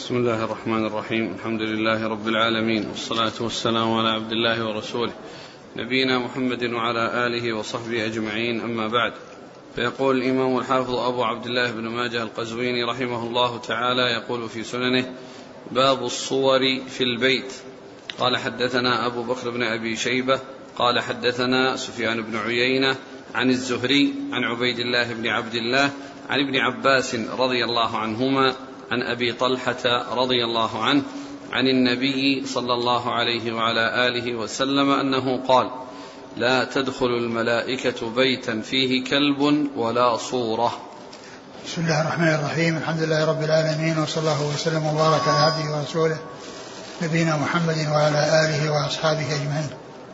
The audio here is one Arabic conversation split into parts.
بسم الله الرحمن الرحيم. الحمد لله رب العالمين، والصلاة والسلام على عبد الله ورسوله نبينا محمد وعلى آله وصحبه أجمعين، أما بعد. فيقول الإمام الحافظ أبو عبد الله بن ماجه القزويني رحمه الله تعالى يقول في سننه: باب الصور في البيت. قال: حدثنا أبو بكر بن أبي شيبة قال: حدثنا سفيان بن عيينة عن الزهري عن عبيد الله بن عبد الله عن ابن عباس رضي الله عنهما عن أبي طلحة رضي الله عنه عن النبي صلى الله عليه وعلى آله وسلم أنه قال: لا تدخل الملائكة بيتا فيه كلب ولا صورة. بسم الله الرحمن الرحيم. الحمد لله رب العالمين، وصلى الله وسلم وبارك على عبده ورسوله نبينا محمد وعلى آله وأصحابه أجمعين.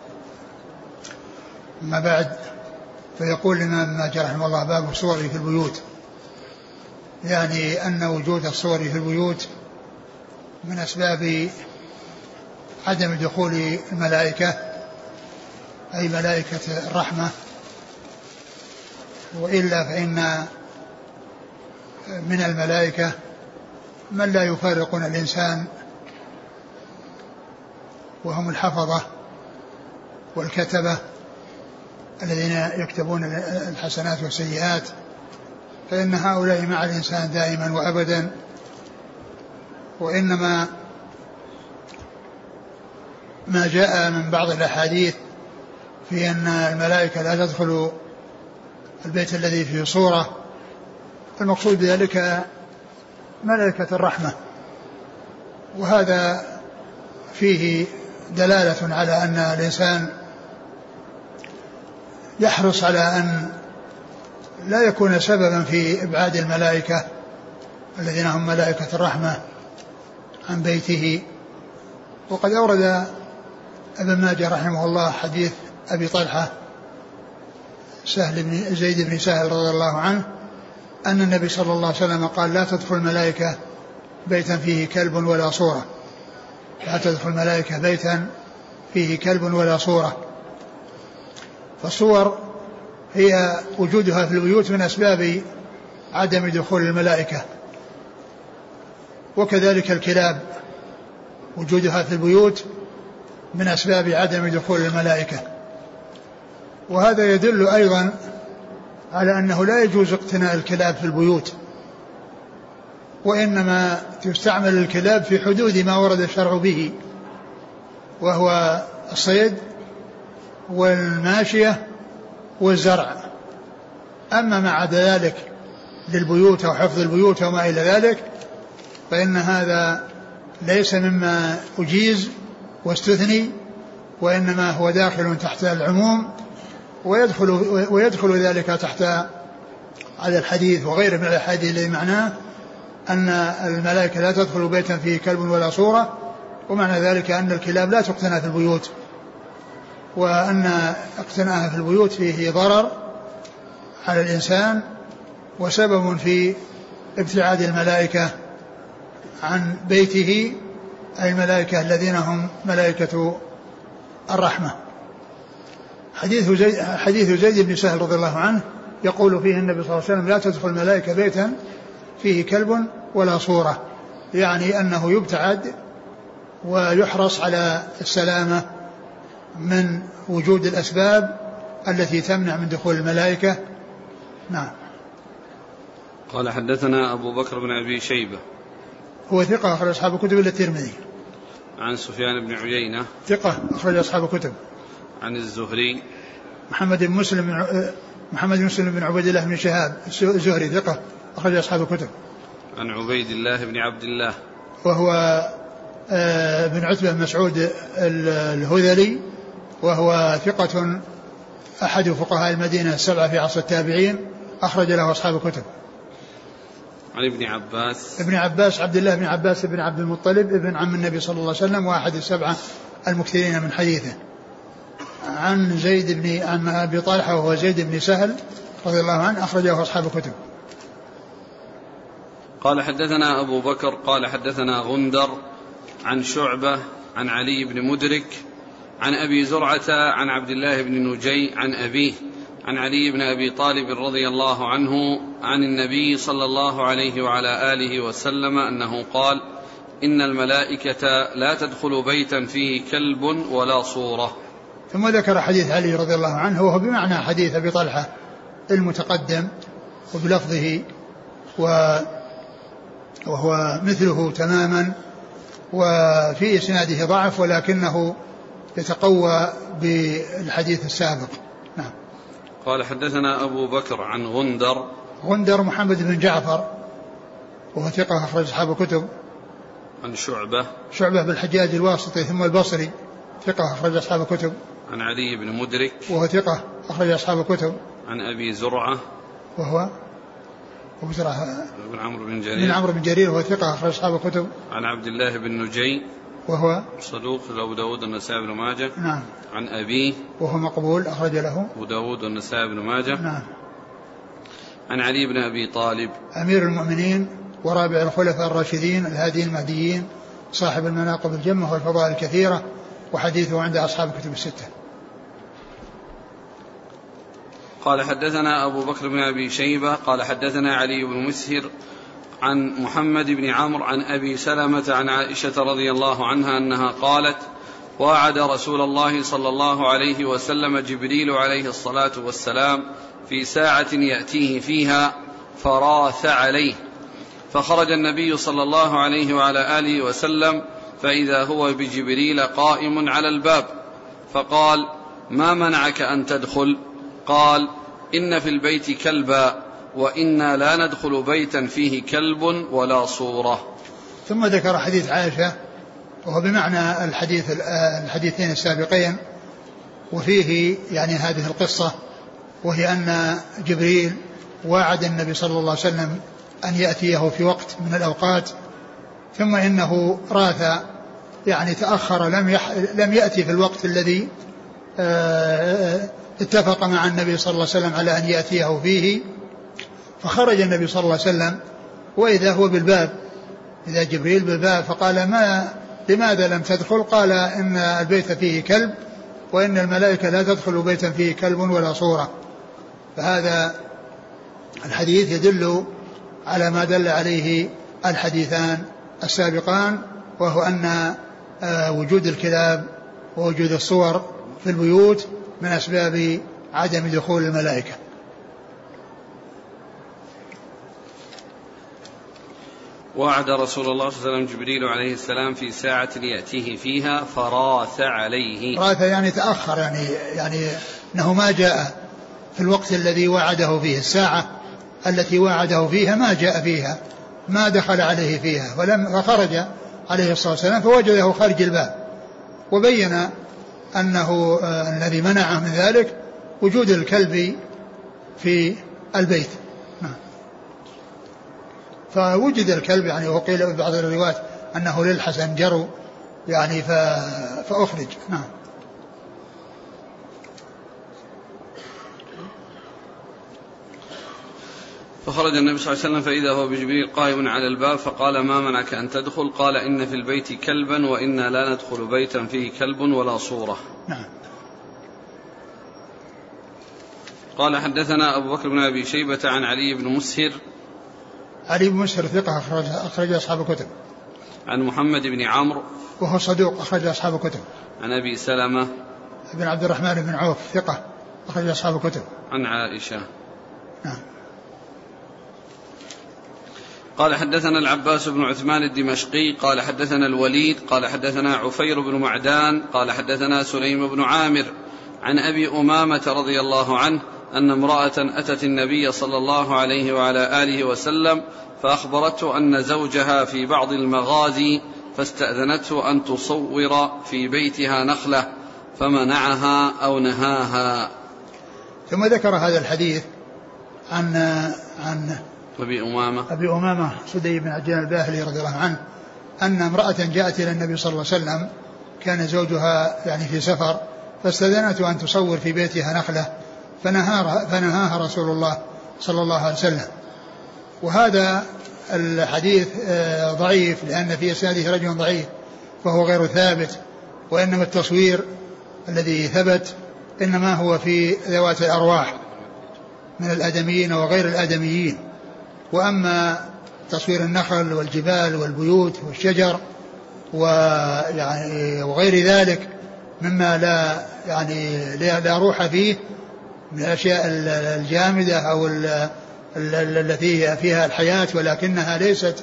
أما بعد، فيقول الإمام ابن ماجه رحمه الله: باب الصور في البيوت، يعني أن وجود الصور في البيوت من أسباب عدم دخول الملائكة، أي ملائكة الرحمة، وإلا فإن من الملائكة من لا يفارقون الإنسان، وهم الحفظة والكتبة الذين يكتبون الحسنات والسيئات، فإن هؤلاء مع الإنسان دائما وأبدا. وإنما ما جاء من بعض الأحاديث في أن الملائكة لا تدخل البيت الذي فيه صورة، المقصود بذلك ملائكة الرحمة، وهذا فيه دلالة على أن الإنسان يحرص على أن لا يكون سببا في إبعاد الملائكة الذين هم ملائكة الرحمة عن بيته. وقد أورد ابن ماجه رحمه الله حديث أبي طلحة زيد بن سهل رضي الله عنه أن النبي صلى الله عليه وسلم قال: لا تدخل الملائكة بيتا فيه كلب ولا صورة. لا تدخل الملائكة بيتا فيه كلب ولا صورة. فالصور هي وجودها في البيوت من أسباب عدم دخول الملائكة، وكذلك الكلاب وجودها في البيوت من أسباب عدم دخول الملائكة. وهذا يدل أيضا على أنه لا يجوز اقتناء الكلاب في البيوت، وإنما تستعمل الكلاب في حدود ما ورد الشرع به، وهو الصيد والماشية والزرع. أما ما عدا ذلك للبيوت أو حفظ البيوت وما إلى ذلك، فإن هذا ليس مما أجيز واستثني، وإنما هو داخل تحت العموم، ويدخل ذلك تحت هذا الحديث وغيره من الحديث الذي معناه أن الملائكة لا تدخل بيتا فيه كلب ولا صورة، ومعنى ذلك أن الكلاب لا تقتنى في البيوت، وأن اقتناءها في البيوت فيه ضرر على الإنسان وسبب في ابتعاد الملائكة عن بيته، أي الملائكة الذين هم ملائكة الرحمة. حديث زيد بن سهل رضي الله عنه يقول فيه النبي صلى الله عليه وسلم: لا تدخل الملائكة بيتا فيه كلب ولا صورة، يعني أنه يبتعد ويحرص على السلامة من وجود الأسباب التي تمنع من دخول الملائكة. نعم. قال: حدثنا أبو بكر بن أبي شيبة، هو ثقة أخرج أصحاب الكتب إلا الترمذي. عن سفيان بن عيينة، ثقة أخرج أصحاب الكتب. عن الزهري محمد بن مسلم بن عبيد الله بن شهاب الزهري، ثقة أخرج أصحاب الكتب. عن عبيد الله بن عبد الله، وهو بن عتبة بن مسعود الهذلي، وهو ثقة أحد فقهاء المدينة السبعة في عصر التابعين، أخرج له أصحاب الكتب. عن ابن عباس عبد الله بن عباس بن عبد المطلب ابن عم النبي صلى الله عليه وسلم، وأحد السبعة المكثرين من حديثه. عن أبي طلحة وهو زيد بن سهل رضي الله عنه، أخرجه أصحاب الكتب. قال: حدثنا أبو بكر قال: حدثنا غندر عن شعبة عن علي بن مدرك عن أبي زرعة عن عبد الله بن نجي عن أبيه عن علي بن أبي طالب رضي الله عنه عن النبي صلى الله عليه وعلى آله وسلم أنه قال: إن الملائكة لا تدخل بيتا فيه كلب ولا صورة. ثم ذكر حديث علي رضي الله عنه وهو بمعنى حديث أبي طلحة المتقدم وبلفظه وهو مثله تماما، وفي إسناده ضعف ولكنه يتقوى بالحديث السابق. نعم. قال حدثنا أبو بكر عن غندر محمد بن جعفر وهو ثقة أخرج أصحاب الكتب. عن شعبة بالحجاج الواسطي ثم البصري ثقة أخرج أصحاب الكتب. عن علي بن مدرك وهو ثقة أخرج أصحاب الكتب. عن أبي زرعة وهو أبو زرعة بن عمرو بن جرير وهو ثقة أخرج أصحاب الكتب. عن عبد الله بن نجي وهو صدوق أبو داود والنسائي بن ماجه. نعم. عن أبيه وهو مقبول أخرج له أبو داود والنسائي بن ماجه. نعم. عن علي بن أبي طالب أمير المؤمنين ورابع الخلفاء الراشدين الهادي المهديين صاحب المناقب الجمة والفضائل الكثيرة، وحديثه عند أصحاب الكتب الستة. قال حدثنا أبو بكر بن أبي شيبة قال حدثنا علي بن مسهر عن محمد بن عمرو عن أبي سلمة عن عائشة رضي الله عنها أنها قالت: وعد رسول الله صلى الله عليه وسلم جبريل عليه الصلاة والسلام في ساعة يأتيه فيها فراث عليه، فخرج النبي صلى الله عليه وعلى آله وسلم فإذا هو بجبريل قائم على الباب، فقال: ما منعك أن تدخل؟ قال: إن في البيت كلبا وإنا لا ندخل بيتا فيه كلب ولا صورة. ثم ذكر حديث عائشة وهو بمعنى الحديثين السابقين، وفيه يعني هذه القصة، وهي أن جبريل وعد النبي صلى الله عليه وسلم أن يأتيه في وقت من الأوقات، ثم إنه راث يعني تأخر لم يأتي في الوقت الذي اتفق مع النبي صلى الله عليه وسلم على أن يأتيه فيه، فخرج النبي صلى الله عليه وسلم وإذا هو بالباب، إذا جبريل بالباب، فقال: لماذا لم تدخل؟ قال: إن البيت فيه كلب وإن الملائكة لا تدخل بيتا فيه كلب ولا صورة. فهذا الحديث يدل على ما دل عليه الحديثان السابقان، وهو أن وجود الكلاب ووجود الصور في البيوت من أسباب عدم دخول الملائكة. وعد رسول الله صلى الله عليه وسلم جبريل عليه السلام في ساعة يأتيه فيها فراث عليه. راث يعني تأخر، يعني أنه ما جاء في الوقت الذي وعده فيه، الساعة التي وعده فيها ما جاء فيها، ما دخل عليه فيها، فخرج عليه الصلاة والسلام فوجده خارج الباب، وبين أنه الذي منعه من ذلك وجود الكلب في البيت. فوجد الكلب يعني، وقيل في بعض الروايات أنه للحسن جروا يعني فأخرج. نعم. فخرج النبي صلى الله عليه وسلم فإذا هو بجبريل قائم على الباب، فقال: ما منعك أن تدخل؟ قال: إن في البيت كلبا وإنا لا ندخل بيتا فيه كلب ولا صورة. نعم. قال حدثنا أبو بكر بن أبي شيبة عن علي بن مسهر. علي بن مسهر ثقة أخرج أصحاب الكتب. عن محمد بن عمرو وهو صدوق أخرج أصحاب الكتب. عن أبي سلمة بن عبد الرحمن بن عوف ثقة أخرج أصحاب الكتب. عن عائشة. نعم. قال حدثنا العباس بن عثمان الدمشقي قال حدثنا الوليد قال حدثنا عفير بن معدان قال حدثنا سليم بن عامر عن أبي أمامة رضي الله عنه أن امرأة أتت النبي صلى الله عليه وعلى آله وسلم فأخبرته أن زوجها في بعض المغازي فاستأذنته أن تصور في بيتها نخلة فمنعها أو نهاها. ثم ذكر هذا الحديث عن أبي أمامة سدي بن عجلان الباهلي رضي الله عنه أن امرأة جاءت إلى النبي صلى الله عليه وسلم، كان زوجها يعني في سفر، فاستأذنته أن تصور في بيتها نخلة فنهاها رسول الله صلى الله عليه وسلم. وهذا الحديث ضعيف لأن في إسناده رجل ضعيف فهو غير ثابت، وإنما التصوير الذي ثبت إنما هو في ذوات الأرواح من الآدميين وغير الآدميين، وأما تصوير النخل والجبال والبيوت والشجر وغير ذلك مما لا روح فيه من الأشياء الجامدة أو التي فيها الحياة ولكنها ليست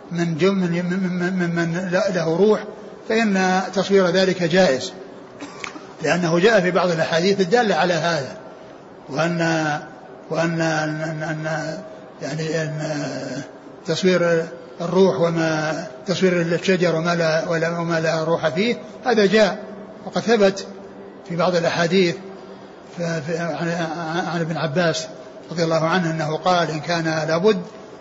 من له روح، فإن تصوير ذلك جائز، لأنه جاء في بعض الأحاديث الدالة على هذا، وأن تصوير الروح وما تصوير الشجر وما لا روح فيه هذا جاء، وقد ثبت في بعض الأحاديث عن ابن عباس رضي الله عنه أنه قال إن كان لابد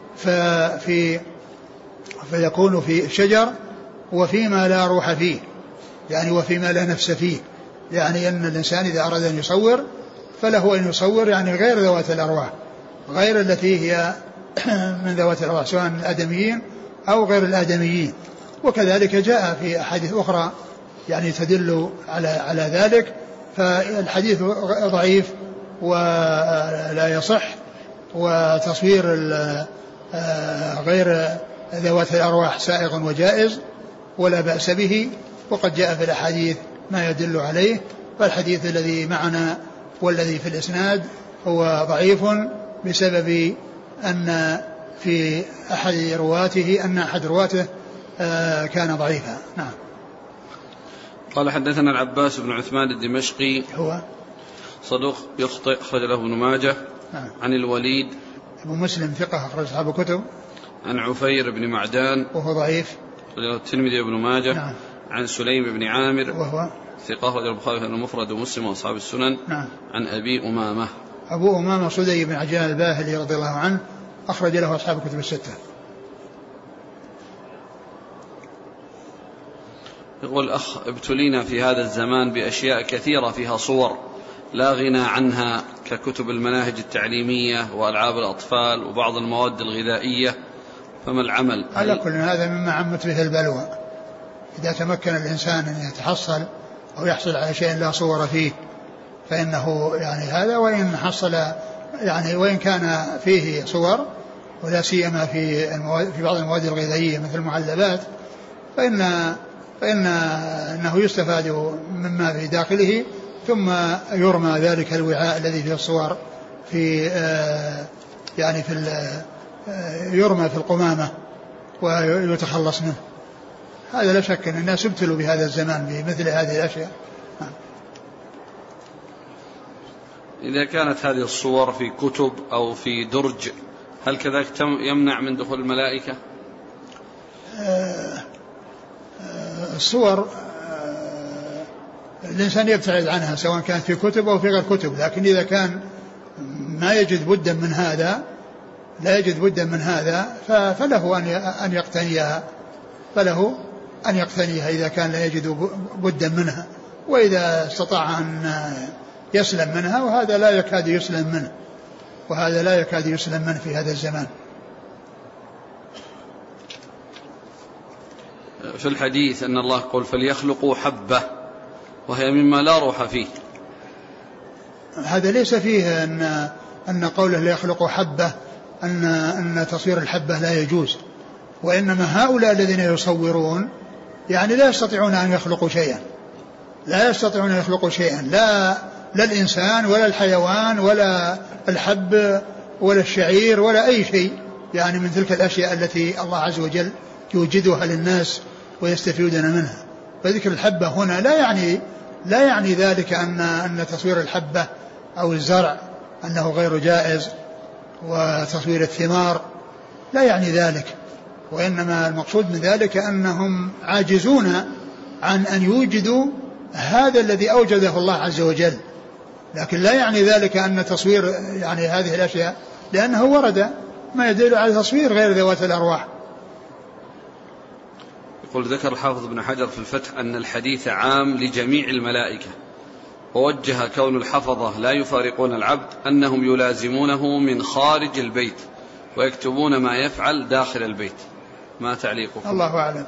فيكون في الشجر وفيما لا روح فيه، يعني وفيما لا نفس فيه، يعني أن الإنسان إذا أراد أن يصور فله أن يصور يعني غير ذوات الأرواح، غير التي هي من ذوات الأرواح سواء الآدميين أو غير الآدميين. وكذلك جاء في أحاديث أخرى يعني تدل على ذلك، فالحديث ضعيف ولا يصح، وتصوير غير ذوات الأرواح سائغ وجائز ولا بأس به، وقد جاء في الأحاديث ما يدل عليه. فالحديث الذي معنا والذي في الإسناد هو ضعيف بسبب أن في أحد رواته كان ضعيفا. نعم. قال حدثنا العباس بن عثمان الدمشقي هو صدوق يخطئ أخرج له ابن ماجه. نعم. عن الوليد أبو مسلم ثقة أخرج أصحاب الكتب. عن عفير بن معدان وهو ضعيف أخرج له الترمذي وابن ماجه. نعم. عن سليم بن عامر وهو ثقة أخرج البخاري في المفرد ومسلم وأصحاب السنن. نعم. عن أبي أمامة أبو أمامة صدي بن عجلان الباهلي رضي الله عنه أخرج له أصحاب الكتب الستة. يقول الأخ ابتلينا في هذا الزمان بأشياء كثيرة فيها صور لا غنى عنها ككتب المناهج التعليمية وألعاب الأطفال وبعض المواد الغذائية، فما العمل؟ على كل هذا مما عمت به البلوى، إذا تمكن الإنسان أن يتحصل أو يحصل على شيء لا صور فيه فإنه يعني هذا، وإن حصل يعني وإن كان فيه صور ولا سيما في بعض المواد الغذائية مثل المعلبات فإنه يستفاد مما في داخله ثم يرمى ذلك الوعاء الذي فيه الصور يرمى في القمامة ويتخلص منه. هذا لا شك أن الناس ابتلوا بهذا الزمان بمثل هذه الأشياء. إذا كانت هذه الصور في كتب أو في درج هل كذلك يمنع من دخول الملائكة؟ الصور الإنسان يبتعد عنها سواء كانت في كتب أو في غير كتب، لكن إذا كان ما يجد بدا من هذا فله أن يقتنيها إذا كان لا يجد بدا منها، وإذا استطاع أن يسلم منها، وهذا لا يكاد يسلم منه في هذا الزمان. في الحديث أن الله قال فليخلقوا حبة وهي مما لا روح فيه، هذا ليس فيه أن قوله ليخلقوا حبة أن تصوير الحبة لا يجوز، وإنما هؤلاء الذين يصورون يعني لا يستطيعون أن يخلقوا شيئا، لا الإنسان ولا الحيوان ولا الحب ولا الشعير ولا أي شيء يعني من تلك الأشياء التي الله عز وجل يوجدها للناس ويستفيدون منها. فذكر الحبة هنا لا يعني ذلك أن تصوير الحبة أو الزرع أنه غير جائز، وتصوير الثمار لا يعني ذلك، وإنما المقصود من ذلك أنهم عاجزون عن أن يوجدوا هذا الذي أوجده الله عز وجل، لكن لا يعني ذلك أن تصوير يعني هذه الأشياء، لأنه ورد ما يدل على تصوير غير ذوات الأرواح. يقول ذكر الحافظ ابن حجر في الفتح أن الحديث عام لجميع الملائكة، ووجه كون الحفظة لا يفارقون العبد أنهم يلازمونه من خارج البيت ويكتبون ما يفعل داخل البيت. ما تعليقكم؟ الله أعلم.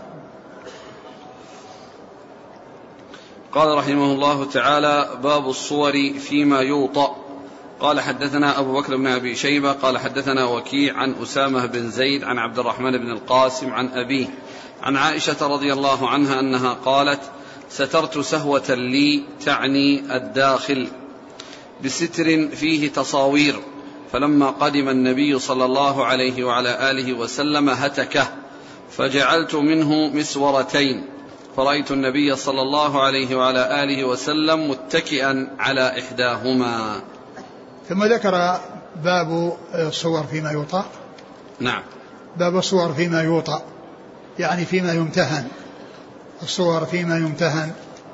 قال رحمه الله تعالى: باب الصور فيما يوطأ. قال حدثنا أبو بكر بن أبي شيبة قال حدثنا وكيع عن أسامة بن زيد عن عبد الرحمن بن القاسم عن أبيه عن عائشة رضي الله عنها أنها قالت: سترت سهوة لي تعني الداخل بستر فيه تصاوير، فلما قدم النبي صلى الله عليه وعلى آله وسلم هتكه، فجعلت منه مسورتين، فرأيت النبي صلى الله عليه وعلى آله وسلم متكئا على إحداهما. ثم ذكر باب الصور فيما يوطأ. نعم. باب الصور فيما يوطأ يعني فيما يمتهن، الصور فيما يمتهن.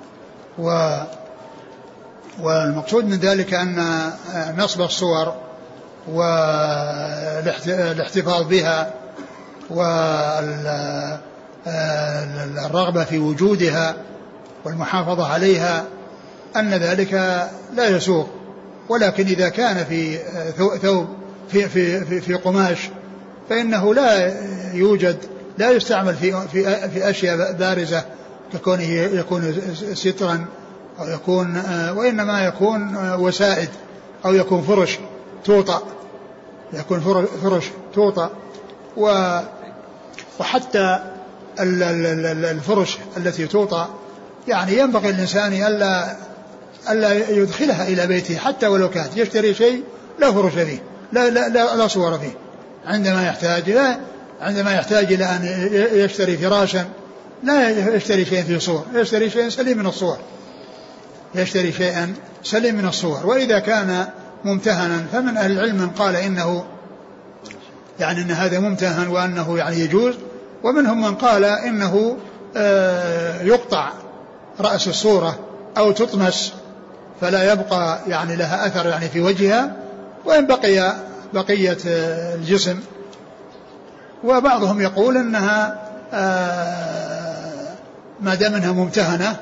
والمقصود من ذلك أن نصب الصور والاحتفاظ بها والرغبة في وجودها والمحافظة عليها أن ذلك لا يسوغ، ولكن إذا كان في ثوب في قماش فإنه لا يوجد، لا يستعمل في أشياء بارزة ككونه يكون سترا أو يكون، وإنما يكون وسائد أو يكون فرش توطأ، يكون فرش توطأ. وحتى الفرش التي توطأ يعني ينبغي الإنسان ألا يدخلها إلى بيته، حتى ولو كانت يشتري شيء لا فرش فيه، لا صور فيه، عندما يحتاج إلى أن يشتري فراشا لا يشتري شيء فيه صور، يشتري شيء سليم من الصور. وإذا كان ممتهنا فمن أهل العلم من قال إنه يعني أن هذا ممتهن وأنه يعني يجوز، ومنهم من قال إنه يقطع رأس الصورة أو تطمس فلا يبقى يعني لها أثر يعني في وجهها، وإن بقية الجسم. وبعضهم يقول أنها ما دام أنها ممتهنة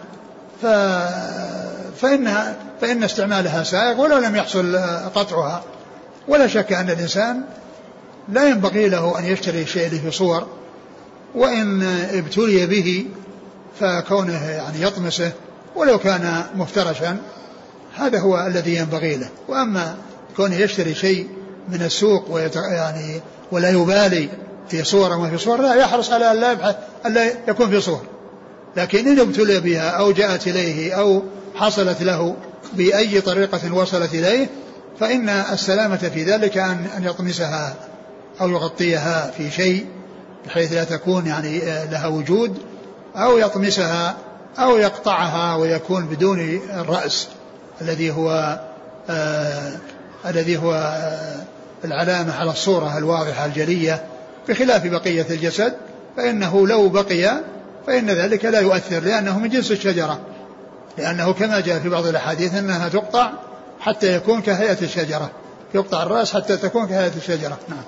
فإن استعمالها سائغ ولو لم يحصل قطعها. ولا شك أن الإنسان لا ينبغي له أن يشتري شيء في صور، وإن ابتلي به فكونه يعني يطمسه ولو كان مفترشا هذا هو الذي ينبغي له. وأما كونه يشتري شيء من السوق يعني ولا يبالي في صور وما في صور، لا يحرص على ألا يكون في صور. لكن إن ابتلي بها أو جاءت إليه أو حصلت له بأي طريقة وصلت إليه فإن السلامة في ذلك أن يطمسها أو يغطيها في شيء بحيث لا تكون يعني لها وجود، أو يطمسها أو يقطعها ويكون بدون الرأس الذي هو العلامة على الصورة الواضحة الجلية، بخلاف بقية الجسد فإنه لو بقي فإن ذلك لا يؤثر، لأنه من جنس الشجرة، لأنه كما جاء في بعض الأحاديث أنها تقطع حتى يكون كهيئة الشجرة، يقطع الرأس حتى تكون كهيئة الشجرة. نعم.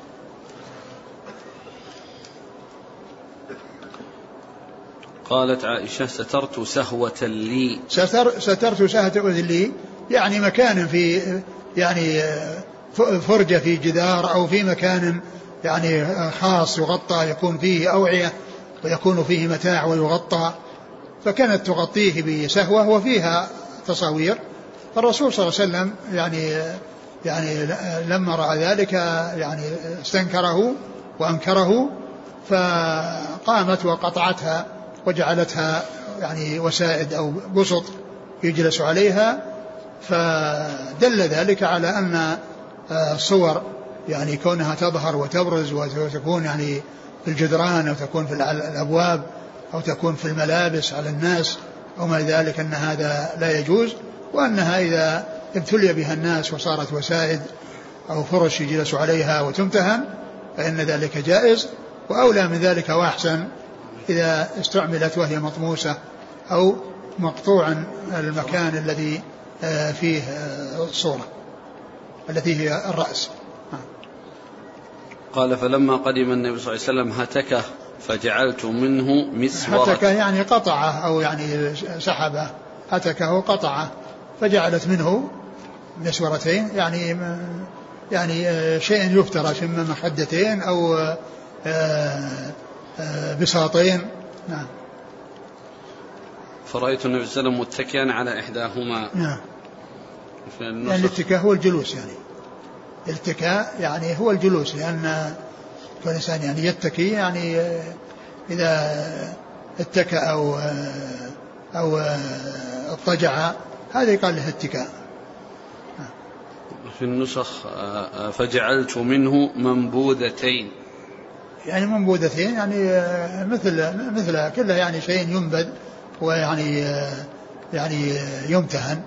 قالت عائشة: سترت سهوة لي. سترت سهوة لي يعني مكان في يعني فرجة في جدار أو في مكان يعني خاص يغطى، يكون فيه أوعية ويكون فيه متاع ويغطى، فكانت تغطيه بسهوة وفيها تصاوير. فالرسول صلى الله عليه وسلم يعني لما رأى ذلك يعني استنكره وأنكره، فقامت وقطعتها وجعلتها يعني وسائد أو بسط يجلس عليها. فدل ذلك على أن الصور يعني كونها تظهر وتبرز وتكون يعني في الجدران أو تكون في الأبواب أو تكون في الملابس على الناس أو ما ذلك، أن هذا لا يجوز، وأنها إذا ابتلي بها الناس وصارت وسائد أو فرش يجلس عليها وتمتهن فإن ذلك جائز، وأولى من ذلك وأحسن إذا استعملت وهي مطموسة أو مقطوعا المكان الذي فيه الصورة التي هي الرأس. قال: فلما قدم النبي صلى الله عليه وسلم هتكه فجعلت منه مسورة. هتكه يعني قطعه أو يعني سحبه، هتكه قطعه فجعلت منه مسورتين يعني شيء يفترش إما مخدتين أو بساطين. نعم. فرأيت النبي صلى الله عليه وسلم متكئا على إحداهما. نعم. يعني الاتكاء هو الجلوس، يعني الاتكاء يعني هو الجلوس، لأن كل إنسان يعني يتكي، يعني إذا اتكأ أو اضطجع هذا يقال له اتكاء. في النسخ فجعلت منه منبوذتين، يعني منبوذتين يعني مثل كله يعني شيء ينبذ ويعني يعني يمتهن.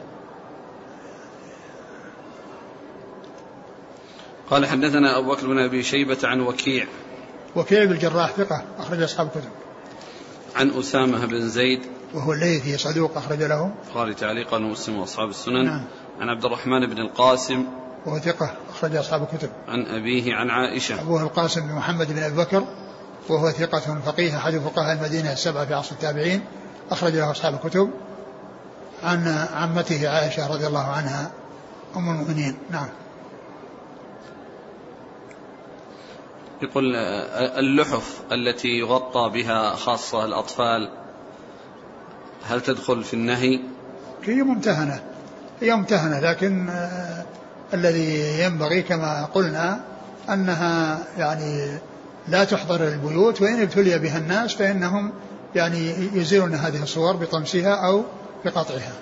قال حدثنا أبو بكر بن أبي شيبة عن وكيع بن الجراح ثقة أخرج أصحاب الكتب. عن أسامة بن زيد وهو الليثي صدوق أخرج له البخاري تعليقا ومسلم وأصحاب السنن. نعم. عن عبد الرحمن بن القاسم وهو ثقة أخرج أصحاب الكتب. عن أبيه عن عائشة. أبوه القاسم بن محمد بن أبي بكر وهو ثقة فقيه أحد فقهاء المدينة السبعة في عصر التابعين أخرج له أصحاب الكتب. عن عمته عائشة رضي الله عنها أم المؤمنين. نعم. يقول اللحف التي يغطى بها خاصة الأطفال هل تدخل في النهي؟ هي ممتهنة لكن الذي ينبغي كما قلنا أنها يعني لا تحضر البيوت، وإن ابتلي بها الناس فإنهم يعني يزيلون هذه الصور بطمسها أو بقطعها.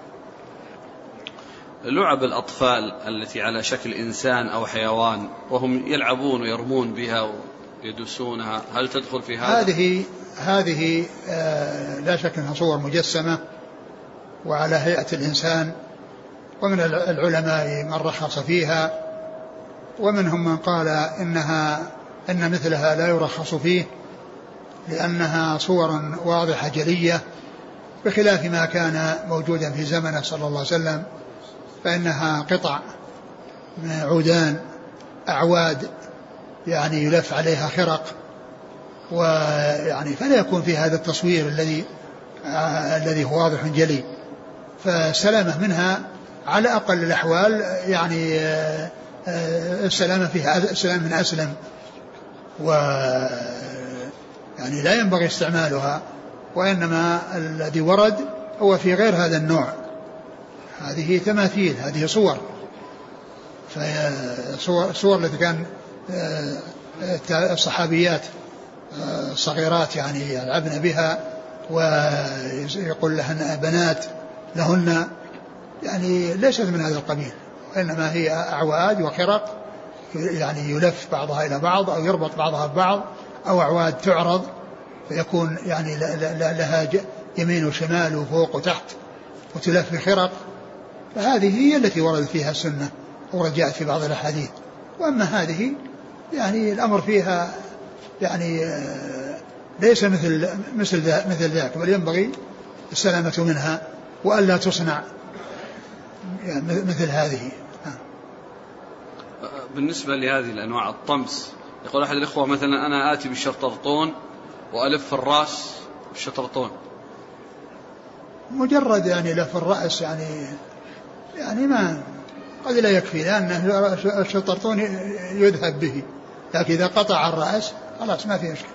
لعب الأطفال التي على شكل إنسان أو حيوان وهم يلعبون ويرمون بها ويدسونها هل تدخل في هذا؟ هذه لا شك أنها صور مجسمة وعلى هيئة الإنسان، ومن العلماء من رخص فيها، ومنهم من قال إن مثلها لا يرخص فيه لأنها صور واضحة جلية، بخلاف ما كان موجودا في زمنه صلى الله عليه وسلم، فإنها قطع عودان أعواد يعني يلف عليها خرق، ويعني فلا يكون في هذا التصوير الذي هو واضح جلي، فالسلامة منها على أقل الأحوال يعني السلامة فيها السلام من أسلم، ويعني لا ينبغي استعمالها، وإنما الذي ورد هو في غير هذا النوع. هذه تماثيل، هذه صور، فصور التي كان الصحابيات الصغيرات يعني يلعبن بها ويقول لهن بنات لهن، يعني ليست من هذا القبيل، وإنما هي أعواد وخرق يعني يلف بعضها إلى بعض أو يربط بعضها ببعض، أو أعواد تعرض فيكون يعني لها يمين وشمال وفوق وتحت وتلف بخرق، فهذه هي التي وردت فيها السنة ورجعت في بعض الأحاديث. وأما هذه يعني الأمر فيها يعني ليس مثل ذاك، بل ينبغي السلامة منها وألا تصنع يعني مثل هذه. بالنسبة لهذه الأنواع الطمس، يقول أحد الإخوة مثلا أنا آتي بالشطرطون وألف الرأس بالشطرطون، مجرد يعني لف الرأس يعني ما قد لا يكفي، لأن الشطرطون يذهب به، لكن إذا قطع الرأس خلاص ما في مشكلة.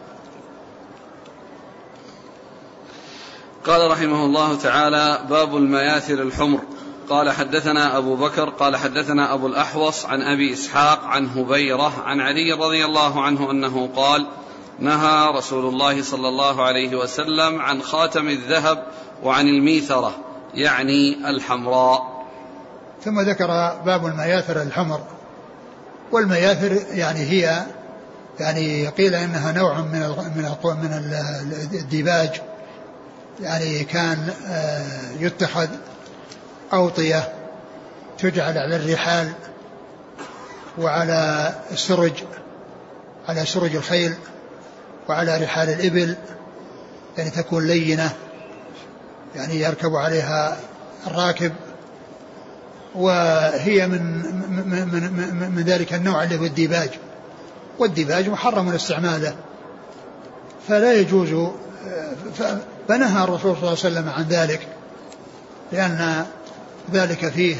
قال رحمه الله تعالى: باب المياثر الحمر. قال حدثنا أبو بكر قال حدثنا أبو الأحوص عن أبي إسحاق عن هبيرة عن علي رضي الله عنه أنه قال: نهى رسول الله صلى الله عليه وسلم عن خاتم الذهب وعن الميثرة يعني الحمراء. ثم ذكر باب المياثر الحمر. والمياثر يعني هي يعني قيل إنها نوع من الديباج، يعني كان يتخذ أوطية تجعل على الرحال وعلى السرج، على سرج الخيل وعلى رحال الإبل، يعني تكون لينة يعني يركب عليها الراكب، وهي من ذلك النوع اللي هو الديباج، والديباج محرم استعماله فلا يجوز، فنهى الرسول صلى الله عليه وسلم عن ذلك، لأن ذلك فيه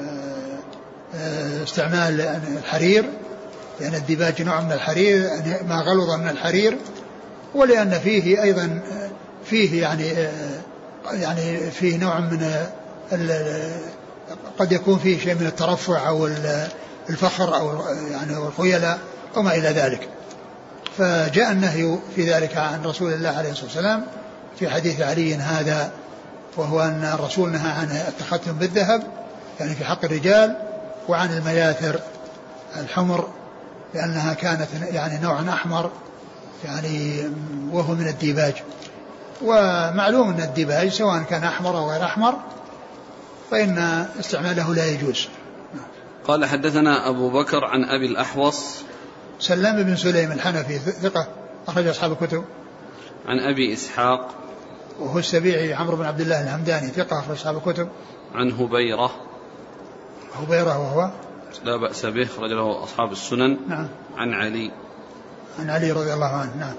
استعمال الحرير، لأن الديباج نوع من الحرير ما غلظ من الحرير، ولأن فيه أيضا فيه يعني فيه نوع من قد يكون فيه شيء من الترفع أو الفخر أو يعني الخيلاء وما إلى ذلك. فجاء النهي في ذلك عن رسول الله عليه الصلاة والسلام في حديث علي هذا، وهو أن الرسول نهى عن التختم بالذهب يعني في حق الرجال، وعن المياثر الحمر لأنها كانت يعني نوعا أحمر يعني وهو من الديباج. ومعلوم أن الديباج سواء كان أحمر أو غير أحمر فإن استعماله لا يجوز. قال حدثنا أبو بكر عن أبي الأحوص سلام بن سليم الحنفي ثقة أخرج أصحاب الكتب. عن أبي إسحاق وهو السبيعي عمرو بن عبد الله الهمداني ثقة أخرج أصحاب الكتب. عن هبيرة وهو لا بأس به أخرج له أصحاب السنن. نعم. عن علي رضي الله عنه. نعم.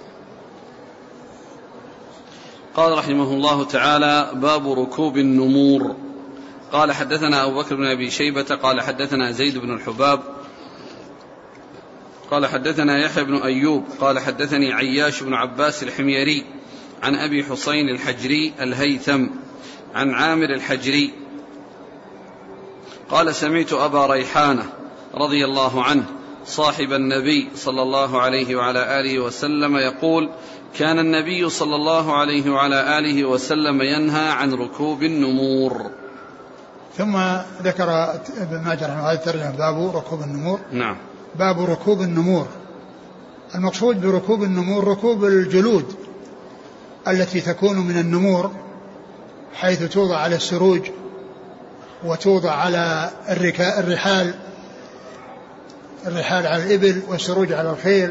قال رحمه الله تعالى: باب ركوب النمور. قال حدثنا أبو بكر بن أبي شيبة قال حدثنا زيد بن الحباب قال حدثنا يحيى بن أيوب قال حدثني عياش بن عباس الحميري عن أبي حسين الحجري الهيثم عن عامر الحجري قال: سمعت أبا ريحانة رضي الله عنه صاحب النبي صلى الله عليه وعلى آله وسلم يقول: كان النبي صلى الله عليه وعلى آله وسلم ينهى عن ركوب النمور. ثم ذكر ابن ماجه رحمه الله الترجمة: باب ركوب النمور. نعم. باب ركوب النمور. المقصود بركوب النمور ركوب الجلود التي تكون من النمور، حيث توضع على السروج وتوضع على الرحال على الإبل والسروج على الخيل.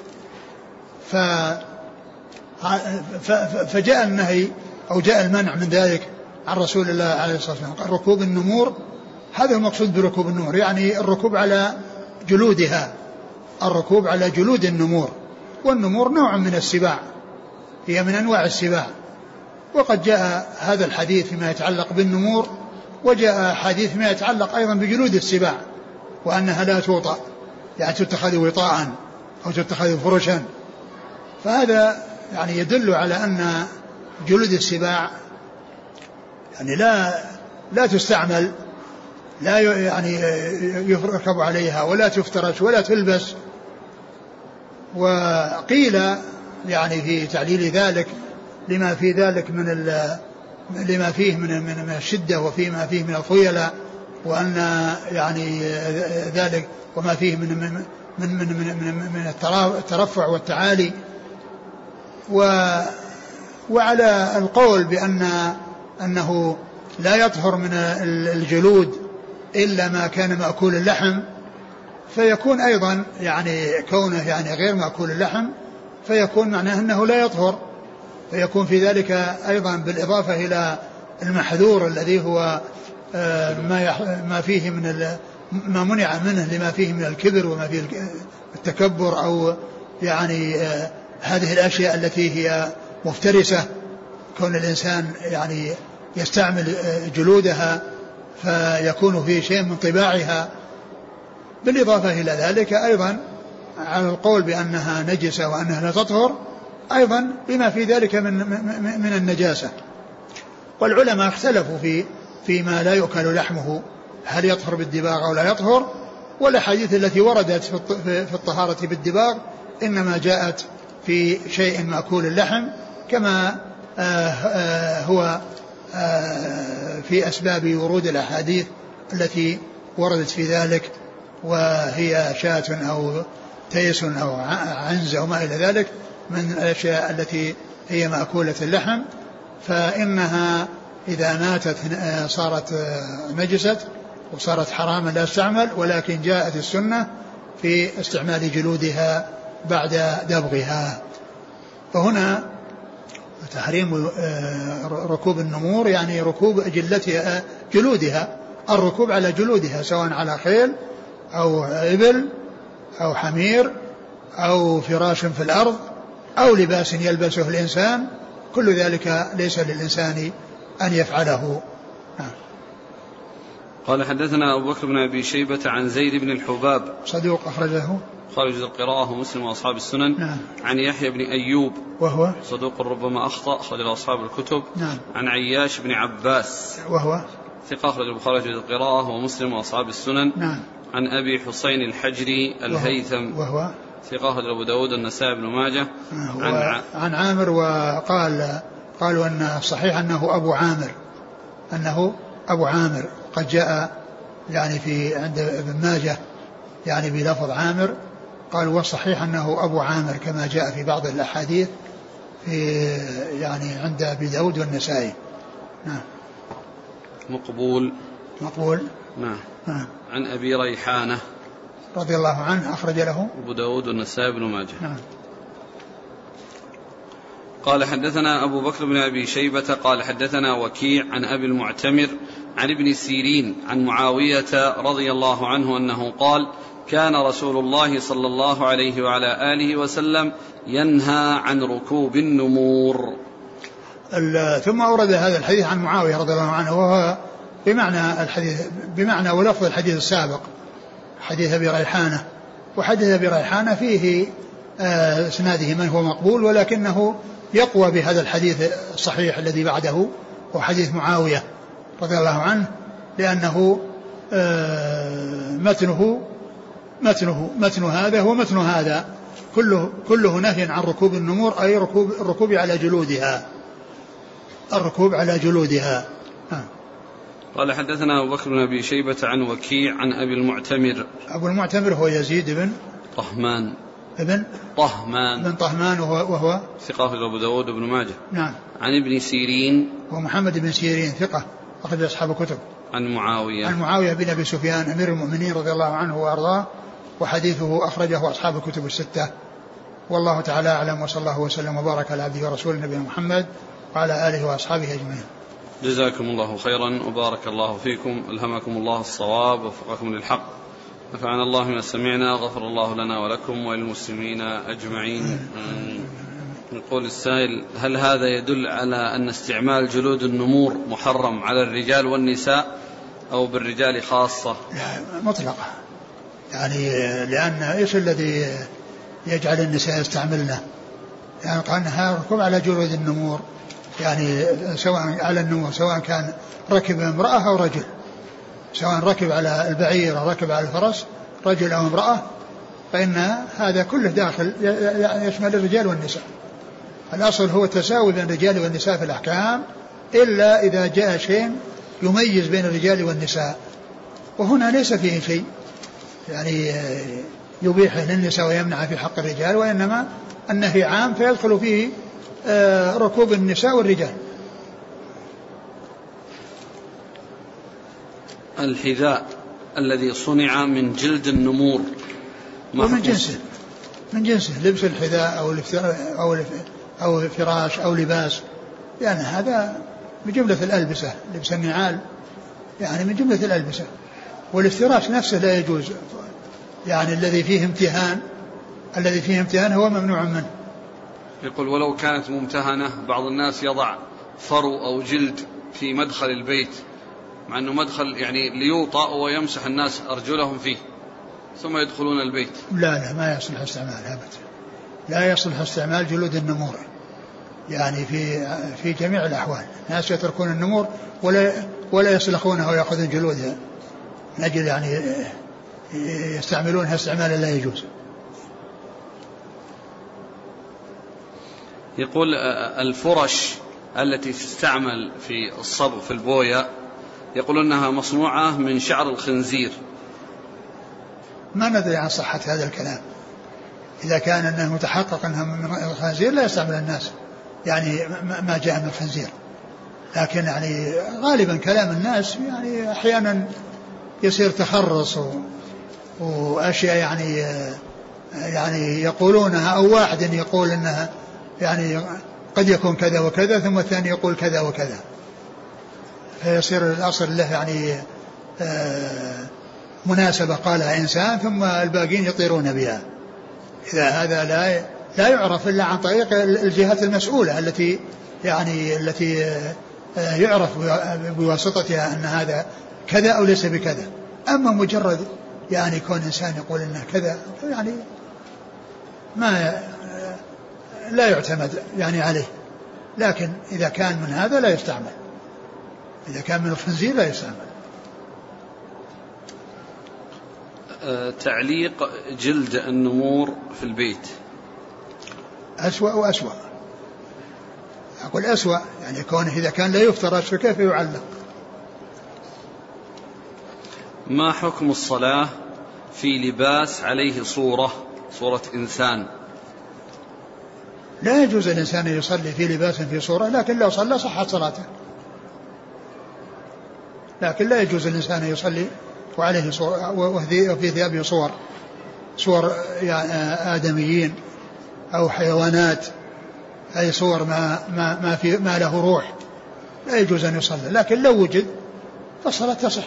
فجاء النهي أو جاء المنع من ذلك عن رسول الله عليه الصلاة والسلام. قال: ركوب النمور، هذا المقصود بركوب النمور، يعني الركوب على جلودها، الركوب على جلود النمور. والنمور نوع من السباع، هي من أنواع السباع. وقد جاء هذا الحديث فيما يتعلق بالنمور، وجاء حديث فيما يتعلق أيضا بجلود السباع، وأنها لا توطأ، يعني تتخذ وطاء أو تتخذ فرشا. فهذا يعني يدل على أن جلود السباع يعني لا تستعمل، لا يعني يركب عليها ولا تفترش ولا تلبس. وقيل يعني في تعليل ذلك لما في ذلك لما فيه من الشدة وفيما فيه من الخيلاء، وأن يعني ذلك وما فيه من الترفع والتعالي. وعلى القول أنه لا يطهر من الجلود إلا ما كان مأكول اللحم، فيكون أيضا يعني كونه يعني غير مأكول اللحم فيكون معناه أنه لا يطهر، فيكون في ذلك أيضا بالإضافة إلى المحذور الذي هو ما فيه ما منع منه لما فيه من الكبر وما فيه التكبر، أو يعني هذه الأشياء التي هي مفترسة، كون الإنسان يعني يستعمل جلودها فيكون فيه شيء من طباعها. بالإضافة إلى ذلك أيضا على القول بأنها نجسة وأنها لا تطهر أيضا بما في ذلك من النجاسة. والعلماء اختلفوا فيما لا يؤكل لحمه هل يطهر بالدباغ أو لا يطهر، والأحاديث التي وردت في الطهارة بالدباغ إنما جاءت في شيء مأكول اللحم، كما هو في أسباب ورود الأحاديث التي وردت في ذلك، وهي شاة أو تيس أو عنز أو ما إلى ذلك من الأشياء التي هي مأكولة اللحم، فإنها إذا ماتت صارت نجست وصارت حراما لا استعمل. ولكن جاءت السنة في استعمال جلودها بعد دبغها. فهنا تحريم ركوب النمور يعني ركوب جلودها، الركوب على جلودها سواء على خيل أو إبل أو حمير أو فراش في الأرض أو لباس يلبسه الإنسان، كل ذلك ليس للإنسان أن يفعله. قال حدثنا أبو بكر بن أبي شيبة عن زيد بن الحباب صدوق أخرجه خارج القراءة ومسلم وأصحاب السنن. نعم. عن يحيى بن أيوب وهو صدوق ربما أخطأ خرج أصحاب الكتب. نعم. عن عياش بن عباس ثقة أخرج البخاري في القراءة ومسلم وأصحاب السنن. نعم. عن أبي حسين الحجري الهيثم وهو ثقة أخرج أبو داود النسائي بن ماجه. عن عامر، قالوا أن الصحيح أنه أبو عامر قد جاء يعني في عند ابن ماجه يعني بلفظ عامر، قالوا والصحيح أنه أبو عامر كما جاء في بعض الأحاديث في يعني عند أبي داود والنسائي. نعم. مقبول. نعم. عن أبي ريحانة رضي الله عنه أخرج له أبو داود والنسائي بن ماجه. نعم. قال حدثنا أبو بكر بن أبي شيبة قال حدثنا وكيع عن أبي المعتمر عن ابن سيرين عن معاوية رضي الله عنه أنه قال كان رسول الله صلى الله عليه وعلى آله وسلم ينهى عن ركوب النمور. ثم أورد هذا الحديث عن معاوية رضي الله عنه، وهو بمعنى ولفظ الحديث السابق حديث أبي ريحانة. وحديث أبي ريحانة فيه اسناده من هو مقبول، ولكنه يقوى بهذا الحديث الصحيح الذي بعده وحديث معاوية رضي الله عنه، لأنه متن هذا هو متن هذا، كله نهي عن ركوب النمور، أي الركوب على جلودها. قال حدثنا أبو بكر بن أبي شيبة عن وكيع عن أبي المعتمر. أبو المعتمر هو يزيد بن طهمان بن طهمان وهو ثقة أخرج أبو داود بن ماجه. نعم. عن ابن سيرين ومحمد بن سيرين ثقة أخرج أصحاب الكتب. عن معاوية بن أبي سفيان أمير المؤمنين رضي الله عنه وأرضاه، وحديثه أخرجه أصحاب الكتب الستة. والله تعالى أعلم، وصلى الله وسلم وبارك على عبده ورسوله نبينا محمد وعلى آله وأصحابه أجمعين. جزاكم الله خيرا وبارك الله فيكم، ألهمكم الله الصواب ووفقكم للحق، نفعنا الله ما سمعنا، غفر الله لنا ولكم وللمسلمين أجمعين. يقول السائل: هل هذا يدل على أن استعمال جلود النمور محرم على الرجال والنساء أو بالرجال خاصة؟ لا، مطلقة، يعني لأن إيش الذي يجعل النساء يستعملنا؟ يعني قال أنها ركوب على جلود النمور، يعني سواء على النمور، سواء كان ركب امرأة أو رجل، سواء ركب على البعير أو ركب على الفرس، رجل أو امرأة، فإن هذا كله داخل يشمل الرجال والنساء. الأصل هو التساوي بين الرجال والنساء في الأحكام، إلا إذا جاء شيء يميز بين الرجال والنساء، وهنا ليس فيه شيء يعني يبيحه للنساء ويمنع في حق الرجال، وإنما النهي عام فيدخل فيه ركوب النساء والرجال. الحذاء الذي صنع من جلد النمور ومن جنسه لبس الحذاء أو الفراش أو لباس، يعني هذا من جملة الألبسة، لبس النعال يعني من جملة الألبسة. والافتراش نفسه لا يجوز، يعني الذي فيه امتهان هو ممنوع منه. يقول: ولو كانت ممتهنة، بعض الناس يضع فرو أو جلد في مدخل البيت، مع أنه مدخل يعني ليوطأ ويمسح الناس أرجلهم فيه ثم يدخلون البيت. لا ما يصلح استعمال أبدا، لا يصلح استعمال جلود النمور، يعني في جميع الأحوال. الناس يتركون النمور ولا يسلخونها ويأخذون جلودها من أجل يعني يستعملونها استعمالا لا يجوز. يقول: الفرش التي تستعمل في الصبغ في البوية، يقول أنها مصنوعة من شعر الخنزير. ما ندري عن صحة هذا الكلام، إذا كان أنه متحقق أنها من الخنزير لا يستعمل الناس يعني ما جاء من الخنزير، لكن يعني غالبا كلام الناس يعني أحيانا يصير تخرص وأشياء يعني يقولونها، أو واحد يقول أنها يعني قد يكون كذا وكذا، ثم الثاني يقول كذا وكذا، فيصير الأصل له يعني مناسبة قالها إنسان ثم الباقين يطيرون بها. إذا هذا لا يعرف إلا عن طريق الجهات المسؤولة التي يعرف بواسطتها أن هذا كذا أو ليس بكذا. أما مجرد يعني كون إنسان يقول إنه كذا يعني لا يعتمد يعني عليه، لكن إذا كان من هذا لا يستعمل. إذا كان من الخنزير لا يستعمل. تعليق جلد النمور في البيت أسوأ وأسوأ. أقول أسوأ يعني كونه إذا كان لا يفترش فكيف يعلق. ما حكم الصلاة في لباس عليه صورة إنسان؟ لا يجوز الإنسان يصلي في لباس في صورة، لكن لو صلى صحت صلاته. لكن لا يجوز الإنسان يصلي وعليه صورة وفي ثيابه صور يعني آدميين أو حيوانات، أي صور ما له روح، لا يجوز أن يصلي. لكن لو وجد فالصلاة تصح.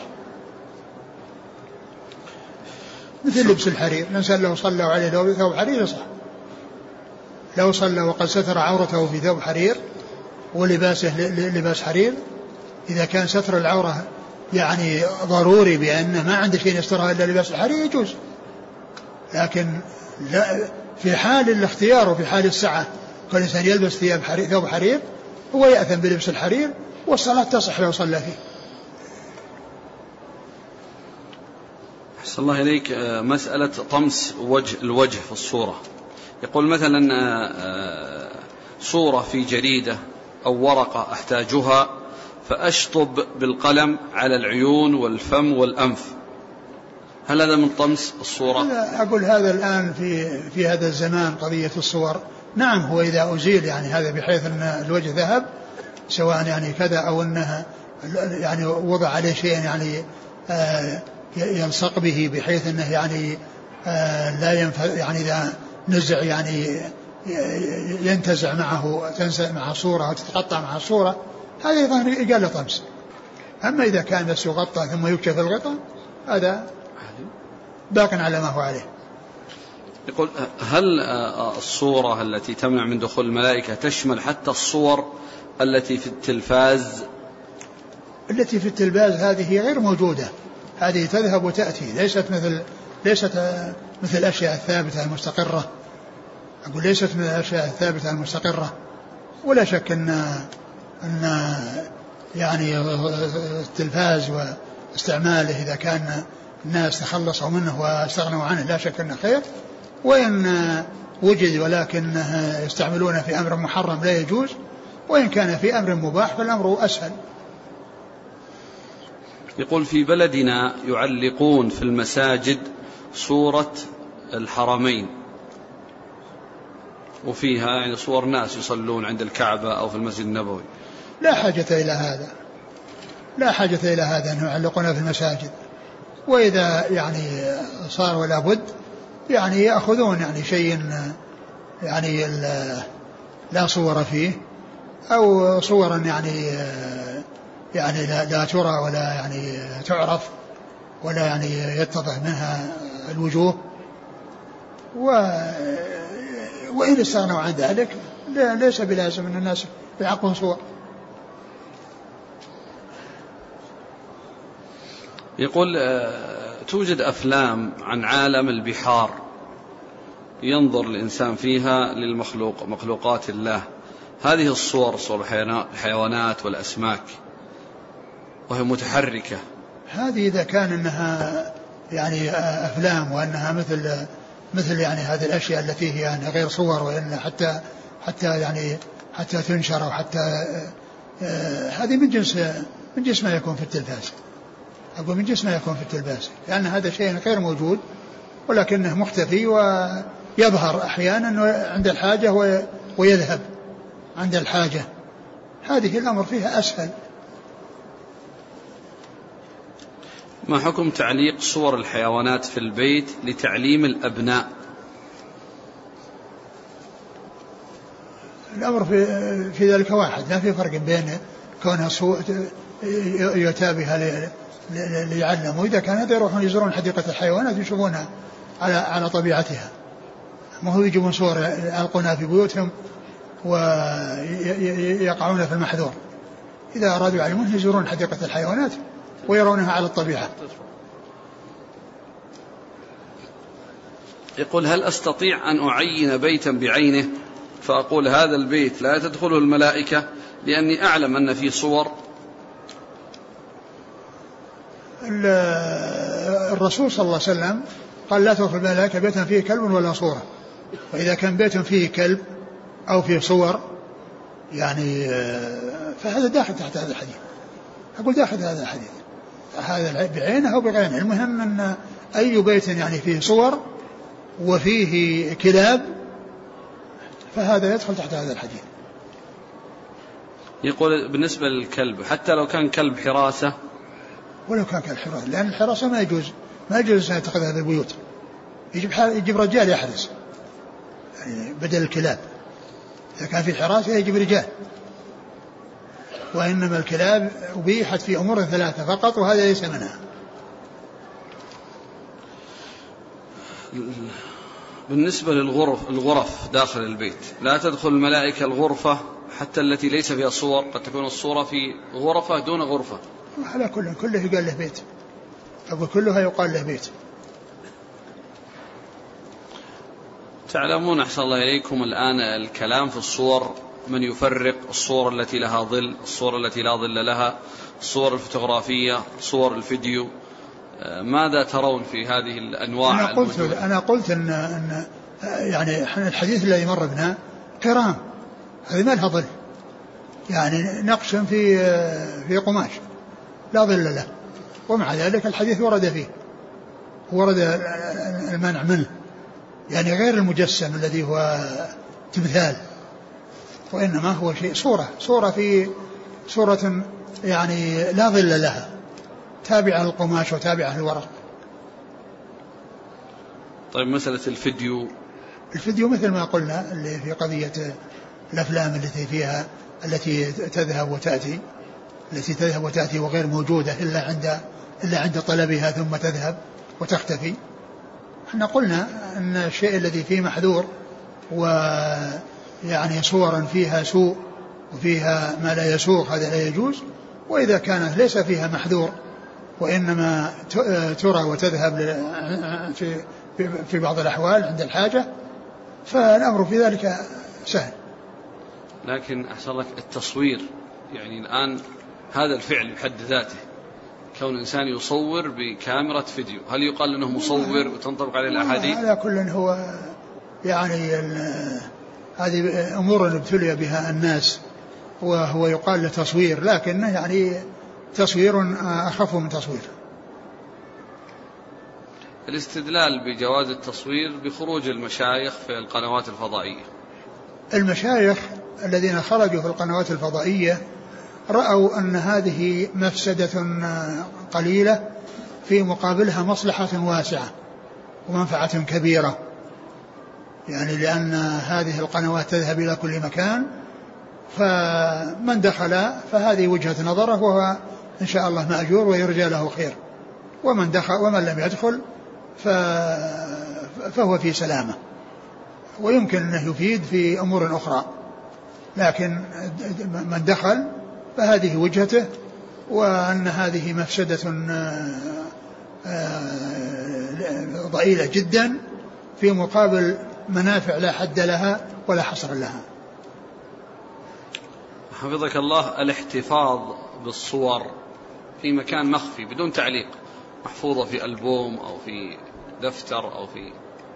مثل لبس الحرير، الإنسان لو صلى وعليه ثوب حرير يصح. لو صلى وقد ستر عورته في ثوب حرير ولباسه لباس حرير، إذا كان ستر العورة يعني ضروري بأنه ما عنده شيء يسترها إلا لباس الحرير يجوز. لكن لا في حال الاختيار وفي حال السعة كل إنسان يلبس ثوب حرير هو يأثم بلبس الحرير والصلاة تصح لو صلى فيه. أحسن الله إليك. مسألة طمس الوجه في الصورة، يقول مثلا صورة في جريدة أو ورقة أحتاجها فأشطب بالقلم على العيون والفم والأنف، هل هذا من طمس الصورة؟ أقول هذا الآن في هذا الزمان قضية الصور، نعم هو إذا أزيل يعني هذا بحيث أن الوجه ذهب سواء يعني كذا أو أنها يعني وضع عليه شيء يعني يلصق به بحيث أنه يعني لا ينفع يعني إذا نزع يعني ينتزع معه تنزع مع الصورة وتتقطع مع الصورة، هذا يقال له طمس. أما إذا كان بس يغطى ثم يكشف الغطاء هذا باق على ما هو عليه. يقول هل الصورة التي تمنع من دخول الملائكة تشمل حتى الصور التي في التلفاز؟ التي في التلفاز هذه غير موجودة، هذه تذهب وتأتي، ليست مثل الأشياء الثابتة المستقرة. أقول ليست من الأشياء الثابتة المستقرة. ولا شك أن يعني التلفاز واستعماله إذا كان الناس تخلصوا منه واستغنوا عنه لا شك أنه خير، وإن وجد ولكن يستعملونه في أمر محرم لا يجوز، وإن كان في أمر مباح فالأمر أسهل. يقول في بلدنا يعلقون في المساجد صورة الحرمين وفيها يعني صور ناس يصلون عند الكعبة أو في المسجد النبوي. لا حاجة إلى هذا، لا حاجة إلى هذا أن يعلقونها في المساجد. وإذا يعني صار ولا بد يعني يأخذون يعني شيء يعني لا صور فيه أو صورا يعني لا ترى ولا يعني تعرف ولا يعني يتضح منها الوجوه، وإن استغنوا عن ذلك ليس بلازم أن الناس يعقون صور. يقول توجد أفلام عن عالم البحار ينظر الإنسان فيها مخلوقات الله، هذه الصور الحيوانات والأسماك وهي متحركة، هذه إذا كان أنها يعني أفلام وأنها مثل يعني هذه الأشياء التي هي يعني غير صور، وإن حتى تنشر أو حتى هذه من جنس ما يكون في التلفاز. أقول من جنس ما يكون في التلفاز، لأن هذا شيء غير موجود ولكنه مختفي ويظهر أحيانا عند الحاجة ويذهب عند الحاجة. هذه الأمر فيها أسهل. ما حكم تعليق صور الحيوانات في البيت لتعليم الأبناء؟ الأمر في ذلك واحد، لا في فرق بين كونها يتابها ليعلموا. إذا كان هذا يروحون يزورون حديقة الحيوانات يشوفونها على طبيعتها، ما هو يجيبون صور يلقونها في بيوتهم ويقعون في المحذور. إذا أرادوا يعلمون يزورون حديقة الحيوانات ويرونها على الطبيعة. يقول هل أستطيع أن أعين بيتا بعينه فأقول هذا البيت لا تدخله الملائكة لأني أعلم أن فيه صور؟ الرسول صلى الله عليه وسلم قال لا تدخل الملائكة بيتا فيه كلب ولا صورة. وإذا كان بيت فيه كلب أو فيه صور يعني فهذا داخل تحت هذا الحديث. أقول داخل هذا الحديث، هذا بعينه أو بغيره. المهم أن أي بيت يعني فيه صور وفيه كلاب فهذا يدخل تحت هذا الحديث. يقول بالنسبة للكلب حتى لو كان كلب حراسة، ولو كان كلب حراسة، لأن الحراسة ما يجوز أن يتخذها في البيوت، يجب رجال يحرس يعني بدل الكلاب. إذا كان في حراسة يجب رجال، وإنما الكلاب أبيحت في أمور ثلاثة فقط وهذا ليس منها. بالنسبة الغرف داخل البيت لا تدخل الملائكة الغرفة حتى التي ليس فيها صور، قد تكون الصورة في غرفة دون غرفة. على كله يقال له بيت، أقول كلها يقال له بيت. تعلمون أحسن الله إليكم الآن الكلام في الصور، من يفرق الصور التي لها ظل، الصور التي لا ظل لها، الصور الفوتوغرافية، صور الفيديو، ماذا ترون في هذه الأنواع؟ أنا قلت أن يعني الحديث الذي مر بنا قرام، هذه ما لها ظل، يعني نقش في قماش لا ظل له، ومع ذلك الحديث ورد المنع منه، يعني غير المجسم الذي هو تمثال، وإنما هو شيء صورة في صورة يعني لا ظل لها، تابعة للقماش وتابعة للورق. طيب مسألة الفيديو مثل ما قلنا اللي في قضية الأفلام التي تذهب وتأتي وغير موجودة إلا عند طلبها ثم تذهب وتختفي. احنا قلنا أن الشيء الذي فيه محذور ويعني صورا فيها سوء وفيها ما لا يسوق هذا لا يجوز، وإذا كانت ليس فيها محذور وإنما ترى وتذهب في بعض الأحوال عند الحاجة فالأمر في ذلك سهل. لكن أحسن لك التصوير، يعني الآن هذا الفعل بحد ذاته كون إنسان يصور بكاميرا فيديو، هل يقال أنه مصور وتنطبق عليه الأحاديث؟ على كل هو يعني هذه أمور ابتلي بها الناس وهو يقال له تصوير، لكنه يعني تصوير أخف من تصوير. الاستدلال بجواز التصوير بخروج المشايخ في القنوات الفضائية، المشايخ الذين خرجوا في القنوات الفضائية رأوا أن هذه مفسدة قليلة في مقابلها مصلحة واسعة ومنفعة كبيرة، يعني لأن هذه القنوات تذهب إلى كل مكان، فمن دخل فهذه وجهة نظره وهو إن شاء الله مأجور ويرجى له خير، ومن لم يدخل فهو في سلامة ويمكن أنه يفيد في أمور أخرى، لكن من دخل فهذه وجهته، وأن هذه مفسدة ضئيلة جدا في مقابل منافع لا حد لها ولا حصر لها. حفظك الله، الاحتفاظ بالصور في مكان مخفي بدون تعليق، محفوظة في ألبوم أو في دفتر أو في،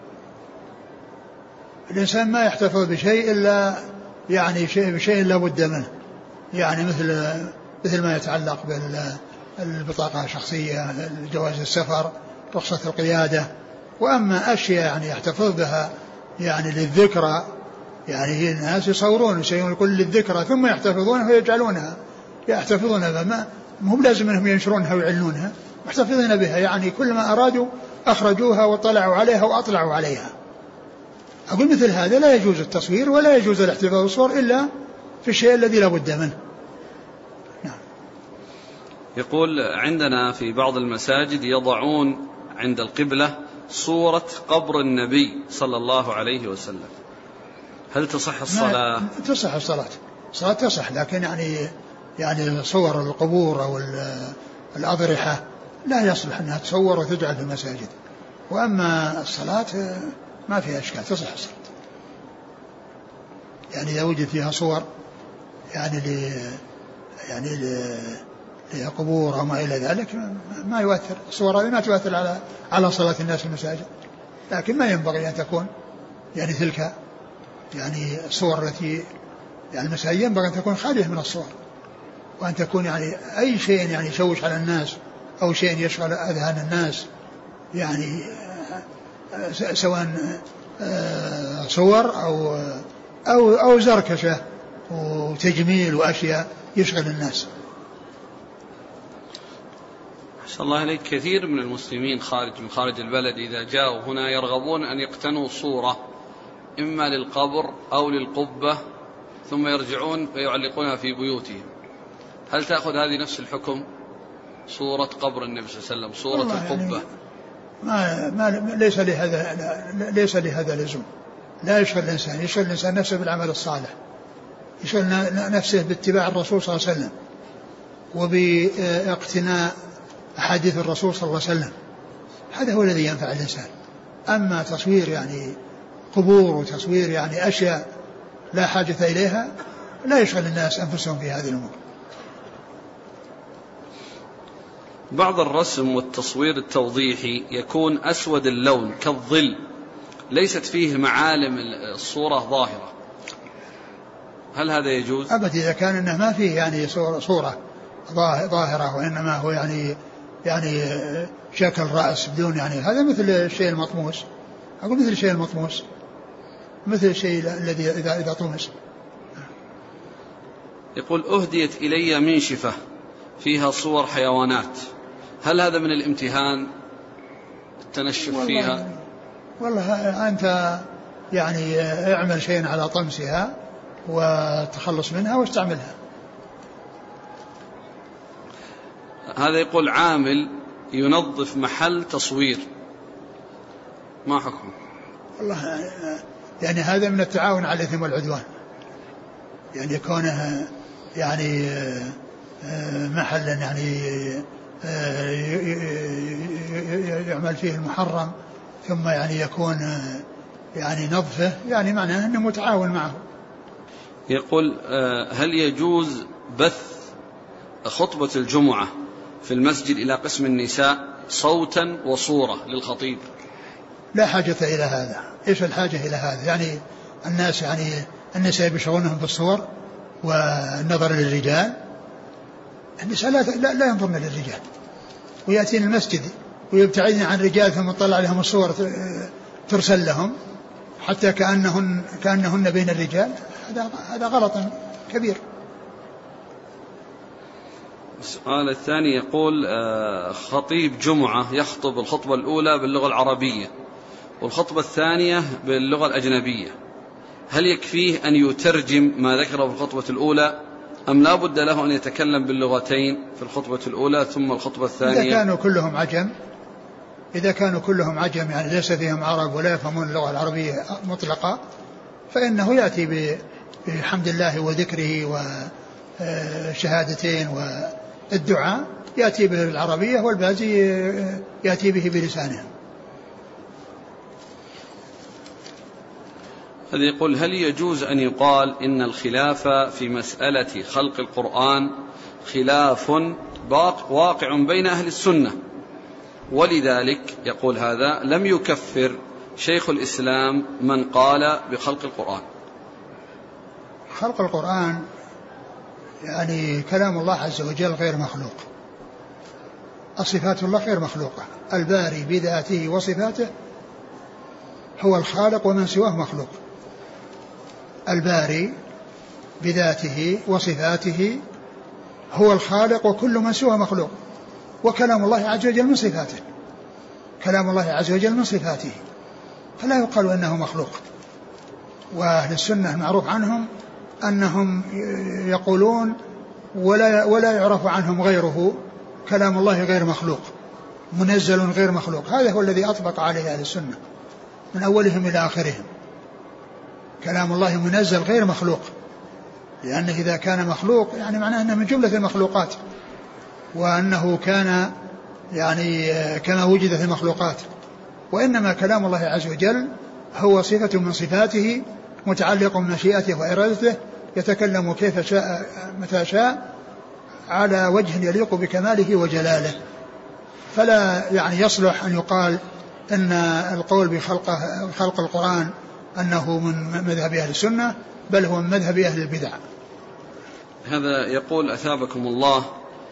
الإنسان ما يحتفظ بشيء إلا يعني بشيء لا بد منه، يعني مثل ما يتعلق بالبطاقة الشخصية، جواز السفر، رخصة القيادة. وأما أشياء يعني يحتفظ بها يعني للذكرى، يعني هي الناس يصورون يقول للذكرى ثم يحتفظونها ويجعلونها يحتفظونها، ما هم لازم أنهم ينشرونها ويعلنونها، محتفظين بها، يعني كل ما أرادوا أخرجوها وطلعوا عليها وأطلعوا عليها. أقول مثل هذا لا يجوز التصوير ولا يجوز الاحتفاظ بالصور إلا في الشيء الذي لا بد منه. نعم. يقول عندنا في بعض المساجد يضعون عند القبلة صورة قبر النبي صلى الله عليه وسلم، هل تصح الصلاة؟ تصح الصلاة تصح، لكن يعني صور القبور أو الأضرحة لا يصلح أنها تصور وتجعل في المساجد، وأما الصلاة ما فيها إشكال، تصح الصلاة. يعني إذا وجد فيها صور يعني قبور أو ما إلى ذلك ما يؤثر. الصور هذه ما تؤثر على صلاة الناس في المساجد، لكن ما ينبغي أن تكون يعني تلك يعني الصور التي يعني المساجد ينبغي أن تكون خالية من الصور، وأن تكون يعني أي شيء يعني يشوش على الناس أو شيء يشغل أذهان الناس يعني سواء صور أو زركشة وتجميل وأشياء يشغل الناس. أحسن الله إليك. كثير من المسلمين من خارج البلد إذا جاءوا هنا يرغبون أن يقتنوا صورة إما للقبر أو للقبة ثم يرجعون ويعلقونها في بيوتهم. هل تأخذ هذه نفس الحكم؟ صورة قبر النبي صلى الله عليه وسلم، صورة القبة، يعني ليس لهذا لزوم. لا يشغل الإنسان نفسه بالعمل الصالح، يشغل نفسه باتباع الرسول صلى الله عليه وسلم وباقتناء أحاديث الرسول صلى الله عليه وسلم. هذا هو الذي ينفع الإنسان. أما تصوير يعني قبور وتصوير يعني أشياء لا حاجة إليها لا يشغل الناس أنفسهم في هذه الأمور. بعض الرسم والتصوير التوضيحي يكون أسود اللون كالظل، ليست فيه معالم الصورة ظاهرة، هل هذا يجوز؟ أبدا، إذا كان إنه ما فيه يعني صورة ظاهرة وإنما هو يعني شكل رأس بدون يعني، هذا مثل الشيء المطموس. أقول مثل الشيء المطموس، مثل الشيء الذي إذا طمس. يقول أهديت إلي منشفة فيها صور حيوانات، هل هذا من الامتهان التنشف فيها؟ والله أنت يعني اعمل شيء على طمسها وتخلص منها واستعملها. هذا يقول عامل ينظف محل تصوير، ما حكمه؟ والله يعني هذا من التعاون على الإثم والعدوان، يعني كونه يعني محلا يعني يعمل فيه المحرم ثم يعني يكون يعني نظفه، يعني معناه أنه متعاون معه. يقول هل يجوز بث خطبة الجمعة في المسجد إلى قسم النساء صوتا وصورة للخطيب؟ لا حاجة إلى هذا. إيش الحاجة إلى هذا؟ يعني الناس يعني النساء بيشغلونهم بالصور والنظر للرجال. النساء لا ينظرن للرجال ويأتين المسجد ويبتعدن عن الرجال ثم تطلع عليهم الصور ترسل لهم حتى كأنهن بين الرجال. هذا غلط كبير. السؤال الثاني يقول خطيب جمعة يخطب الخطبة الأولى باللغة العربية والخطبة الثانية باللغة الأجنبية، هل يكفيه أن يترجم ما ذكره في الخطبة الأولى أم لا بد له أن يتكلم باللغتين في الخطبة الأولى ثم الخطبة الثانية؟ إذا كانوا كلهم عجم يعني ليس فيهم عرب ولا يفهمون اللغة العربية مطلقة، فإنه يأتي بحمد الله وذكره وشهادتين والدعاء، يأتي به بالعربية والباقي يأتي به بلسانه. هذا يقول هل يجوز أن يقال إن الخلاف في مسألة خلق القرآن خلاف واقع بين أهل السنة، ولذلك يقول هذا لم يكفر شيخ الإسلام من قال بخلق القرآن؟ خلق القرآن يعني كلام الله عز وجل غير مخلوق، الصفات الله غير مخلوقة، الباري بذاته وصفاته هو الخالق ومن سواه مخلوق. الباري بذاته وصفاته هو الخالق وكل من سواه مخلوق، وكلام الله عز وجل من صفاته، كلام الله عز وجل من صفاته، فلا يقال أنه مخلوق. وأهل السنة المعروف عنهم أنهم يقولون ولا يعرف عنهم غيره كلام الله غير مخلوق منزل غير مخلوق. هذا هو الذي أطبق عليه أهل السنة من أولهم إلى آخرهم، كلام الله منزل غير مخلوق، لأنه إذا كان مخلوق يعني معناه أنه من جملة المخلوقات، وأنه كان يعني كما وجد في المخلوقات. وإنما كلام الله عز وجل هو صفة من صفاته متعلق بمشيئته وإرادته، يتكلم كيف شاء متى شاء على وجه يليق بكماله وجلاله، فلا يعني يصلح أن يقال أن القول بخلق القرآن أنه من مذهب أهل السنة، بل هو من مذهب أهل البدع. هذا يقول: أثابكم الله،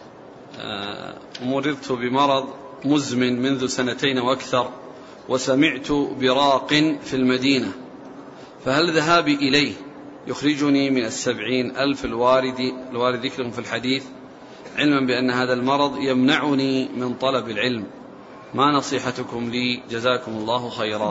مررت بمرض مزمن منذ 2 وأكثر، وسمعت براق في المدينة، فهل ذهابي إليه يخرجني من 70,000 الوارد ذكرهم في الحديث، علما بأن هذا المرض يمنعني من طلب العلم؟ ما نصيحتكم لي؟ جزاكم الله خيرا.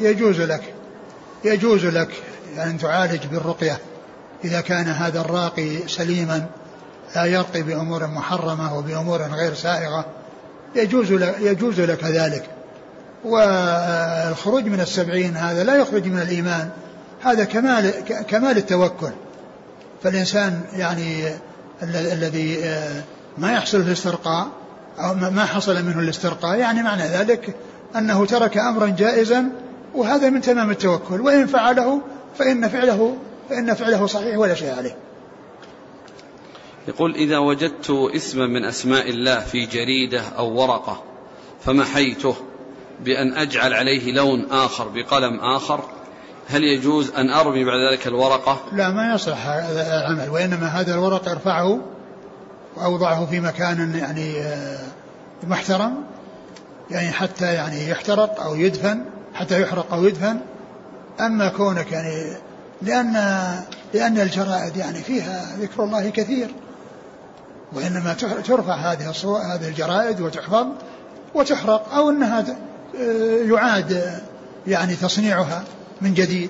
يجوز لك أن تعالج بالرقية إذا كان هذا الراقي سليما لا يرقي بأمور محرمة وبأمور غير سائغة، يجوز لك ذلك. والخروج من 70 هذا لا يخرج من الإيمان، هذا كمال التوكل. فالإنسان يعني الذي ما يحصل الاسترقاء أو ما حصل منه الاسترقاء، يعني معنى ذلك أنه ترك أمرا جائزا، وهذا من تمام التوكل. وإن فعله فإن فعله صحيح ولا شيء عليه. يقول: إذا وجدت اسما من أسماء الله في جريدة أو ورقة فمحيته بأن أجعل عليه لون آخر بقلم آخر، هل يجوز أن أرمي بعد ذلك الورقة؟ لا، ما يصلح هذا العمل، وإنما هذا الورق ارفعه وأوضعه في مكان يعني محترم، يعني حتى يعني يحترق أو يدفن، حتى يحرق أو يدفن. أما كونك يعني لأن الجرائد يعني فيها ذكر الله كثير، وإنما ترفع هذه الجرائد وتحفظ وتحرق، أو أنها يعاد يعني تصنيعها من جديد.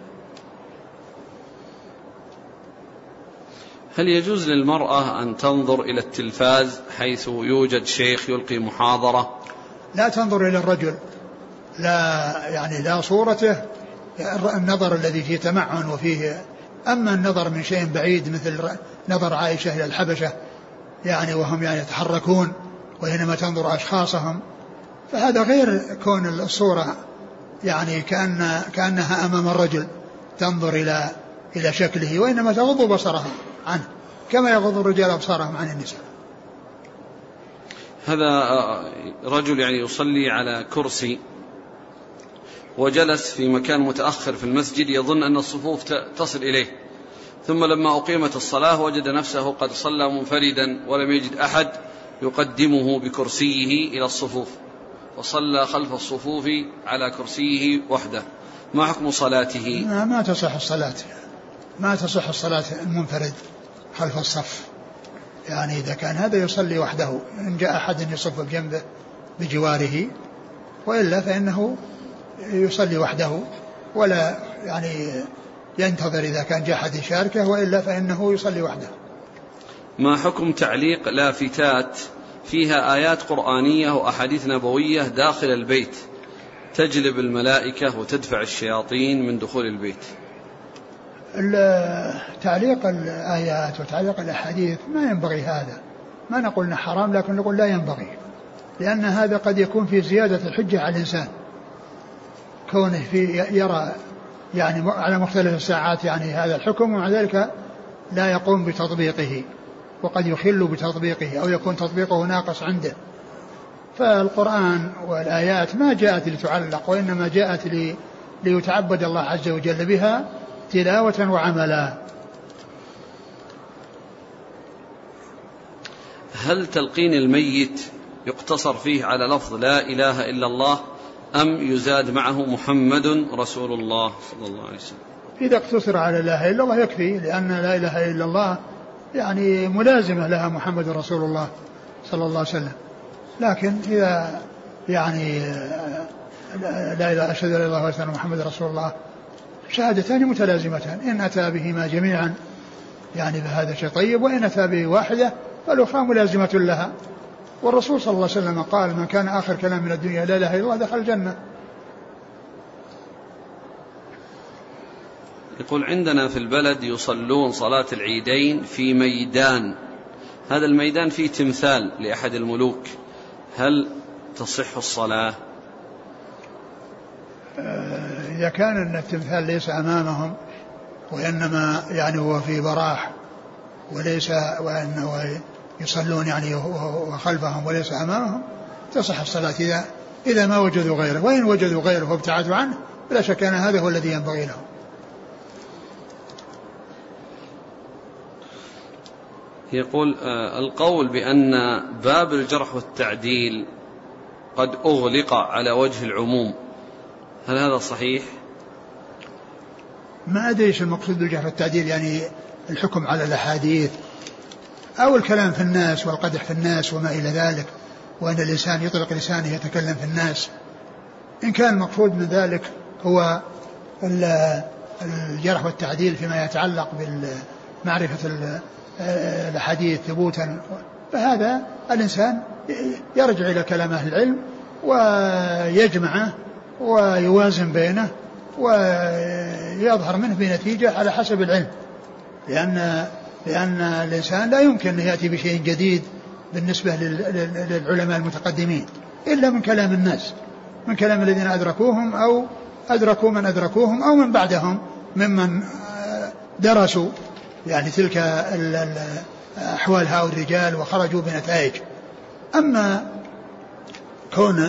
هل يجوز للمرأة أن تنظر إلى التلفاز حيث يوجد شيخ يلقي محاضرة؟ لا تنظر إلى الرجل، لا صورته، النظر الذي فيه تمعن وفيه. أما النظر من شيء بعيد مثل نظر عائشة إلى الحبشة يعني وهم يعني يتحركون، وإنما تنظر أشخاصهم، فهذا غير كون الصورة يعني كأنها أمام الرجل تنظر إلى شكله، وإنما تغض بصرها عنه كما يغض الرجال أبصارهم عن النساء. هذا رجل يعني يصلي على كرسي وجلس في مكان متأخر في المسجد يظن أن الصفوف تصل إليه، ثم لما أقيمت الصلاة وجد نفسه قد صلى منفردا ولم يجد أحد يقدمه بكرسيه إلى الصفوف، وصلى خلف الصفوف على كرسيه وحده. ما حكم صلاته؟ ما تصح الصلاة المنفرد خلف الصف، يعني إذا كان هذا يصلي وحده، إن جاء أحد يصف بجنبه بجواره، وإلا فإنه يصلي وحده ولا يعني ينتظر إذا كان جاء أحد يشاركه، وإلا فإنه يصلي وحده. ما حكم تعليق لافتات فيها آيات قرآنية وأحاديث نبوية داخل البيت تجلب الملائكة وتدفع الشياطين من دخول البيت؟ تعليق الآيات وتعليق الأحاديث ما ينبغي، هذا ما نقول إنه حرام، لكن نقول لا ينبغي، لأن هذا قد يكون في زيادة الحجة على الإنسان، كونه يرى يعني على مختلف الساعات يعني هذا الحكم، ومع ذلك لا يقوم بتطبيقه، وقد يخل بتطبيقه أو يكون تطبيقه ناقص عنده. فالقرآن والآيات ما جاءت لتعلق، وإنما جاءت ليتعبد الله عز وجل بها تلاوة وعملا. هل تلقين الميت يقتصر فيه على لفظ لا إله إلا الله، أم يزاد معه محمد رسول الله صلى الله عليه وسلم؟ إذا اقتصر على لا إله إلا الله يكفي، لأن لا إله إلا الله يعني ملازمة لها محمد رسول الله صلى الله عليه وسلم. لكن إذا يعني لا إله أشهد أن لا إله إلا الله محمد رسول الله شهادتان متلازمتان، إن أتى بهما جميعا يعني بهذا شيء طيب، وإن أتى به واحدة فالأخرى ملازمة لها. والرسول صلى الله عليه وسلم قال: من كان آخر كلام من الدنيا لا إله إلا الله دخل الجنة. يقول: عندنا في البلد يصلون صلاة العيدين في ميدان، هذا الميدان فيه تمثال لأحد الملوك، هل تصح الصلاة؟ إذا كان أن التمثال ليس أمامهم وإنما يعني هو في براح وليس، وأنه يصلون يعني وخلفهم وليس أمامهم تصح الصلاة إذا ما وجدوا غيره. وإن وجدوا غيره وابتعدوا عنه بلا شك أن هذا هو الذي ينبغي لهم. يقول القول بأن باب الجرح والتعديل قد أغلق على وجه العموم، هل هذا صحيح؟ ما أدري ايش المقصود بالجرح والتعديل، يعني الحكم على الأحاديث أو الكلام في الناس والقدح في الناس وما إلى ذلك، وأن الإنسان يطلق لسانه يتكلم في الناس. إن كان المقصود من ذلك هو الجرح والتعديل فيما يتعلق بمعرفة الحديث ثبوتا، فهذا الإنسان يرجع إلى كلام أهل العلم ويجمعه ويوازن بينه ويظهر منه بنتيجة على حسب العلم، لأن الإنسان لا يمكن أن يأتي بشيء جديد بالنسبة للعلماء المتقدمين إلا من كلام الناس، من كلام الذين أدركوهم أو أدركوا من أدركوهم أو من بعدهم ممن درسوا يعني تلك أحوال هؤلاء الرجال وخرجوا بنتائج. أما كون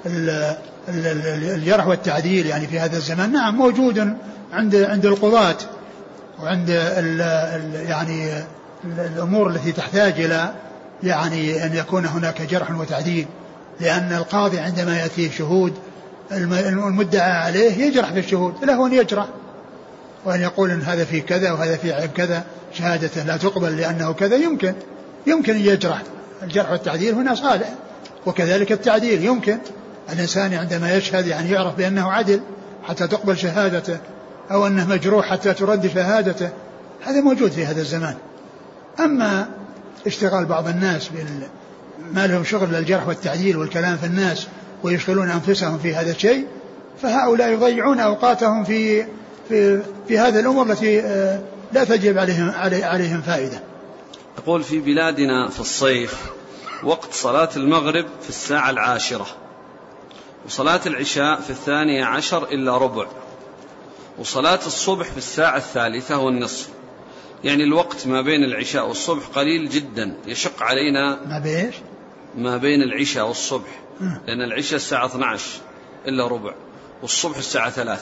الجرح والتعديل يعني في هذا الزمان نعم موجود عند القضاة وعند يعني الأمور التي تحتاج إلى يعني أن يكون هناك جرح وتعديل، لأن القاضي عندما يأتيه شهود المدعى عليه يجرح في الشهود، له أن يجرح وأن يقول إن هذا فيه كذا وهذا فيه عيب كذا، شهادته لا تقبل لأنه كذا، يمكن أن يجرح. الجرح والتعديل هنا صالح، وكذلك التعديل يمكن الإنسان عندما يشهد يعني يعرف بأنه عدل حتى تقبل شهادته، أو أنه مجروح حتى ترد شهادته، هذا موجود في هذا الزمان. أما اشتغال بعض الناس ما لهم شغل للجرح والتعديل والكلام في الناس ويشغلون أنفسهم في هذا الشيء، فهؤلاء يضيعون أوقاتهم في هذه الأمور التي لا تجب عليهم فائدة. يقول في بلادنا في الصيف وقت صلاة المغرب في 10:10 وصلاة العشاء في 12:10 وصلاة الصبح في 3:30 يعني الوقت ما بين العشاء والصبح قليل جدا، يشق علينا ما بين العشاء والصبح، لأن العشاء 12:12 والصبح 3:03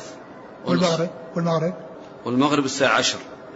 والمغرب 10:00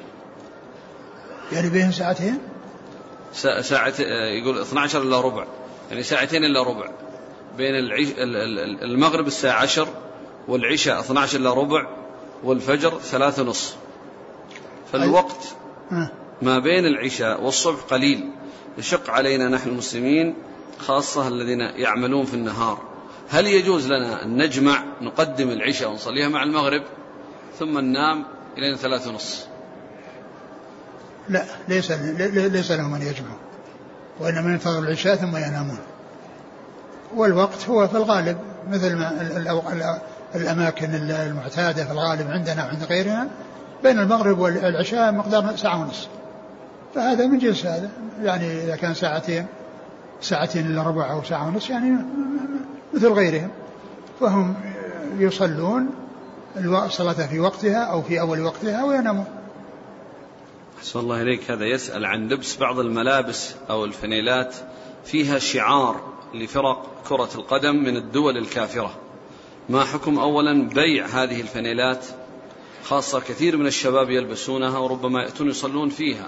يعني بين ساعتين ساعة يقول 12:15 يعني 2:02 بين المغرب 10:00 والعشاء 12:15 والفجر 3:30، فالوقت ما بين العشاء والصبح قليل، يشق علينا نحن المسلمين خاصة الذين يعملون في النهار. هل يجوز لنا أن نجمع نقدم العشاء ونصليها مع المغرب ثم ننام إلى 3:30؟ لا، ليس لهم أن يجمعوا، وإنما ينتظروا العشاء ثم ينامون. والوقت هو في الغالب مثل ما الأماكن المعتادة في الغالب عندنا وعند غيرنا بين المغرب والعشاء مقدار 1.5 ساعة، فهذا من جنس هذا، يعني إذا كان 2:00 أو 1.5 ساعة يعني مثل غيرهم، فهم يصلون الصلاة في وقتها أو في أول وقتها وينامون. أحسن الله إليك. هذا يسأل عن لبس بعض الملابس أو الفنيلات فيها شعار لفرق كرة القدم من الدول الكافرة، ما حكم أولا بيع هذه الفنيلات، خاصة كثير من الشباب يلبسونها وربما يأتون يصلون فيها؟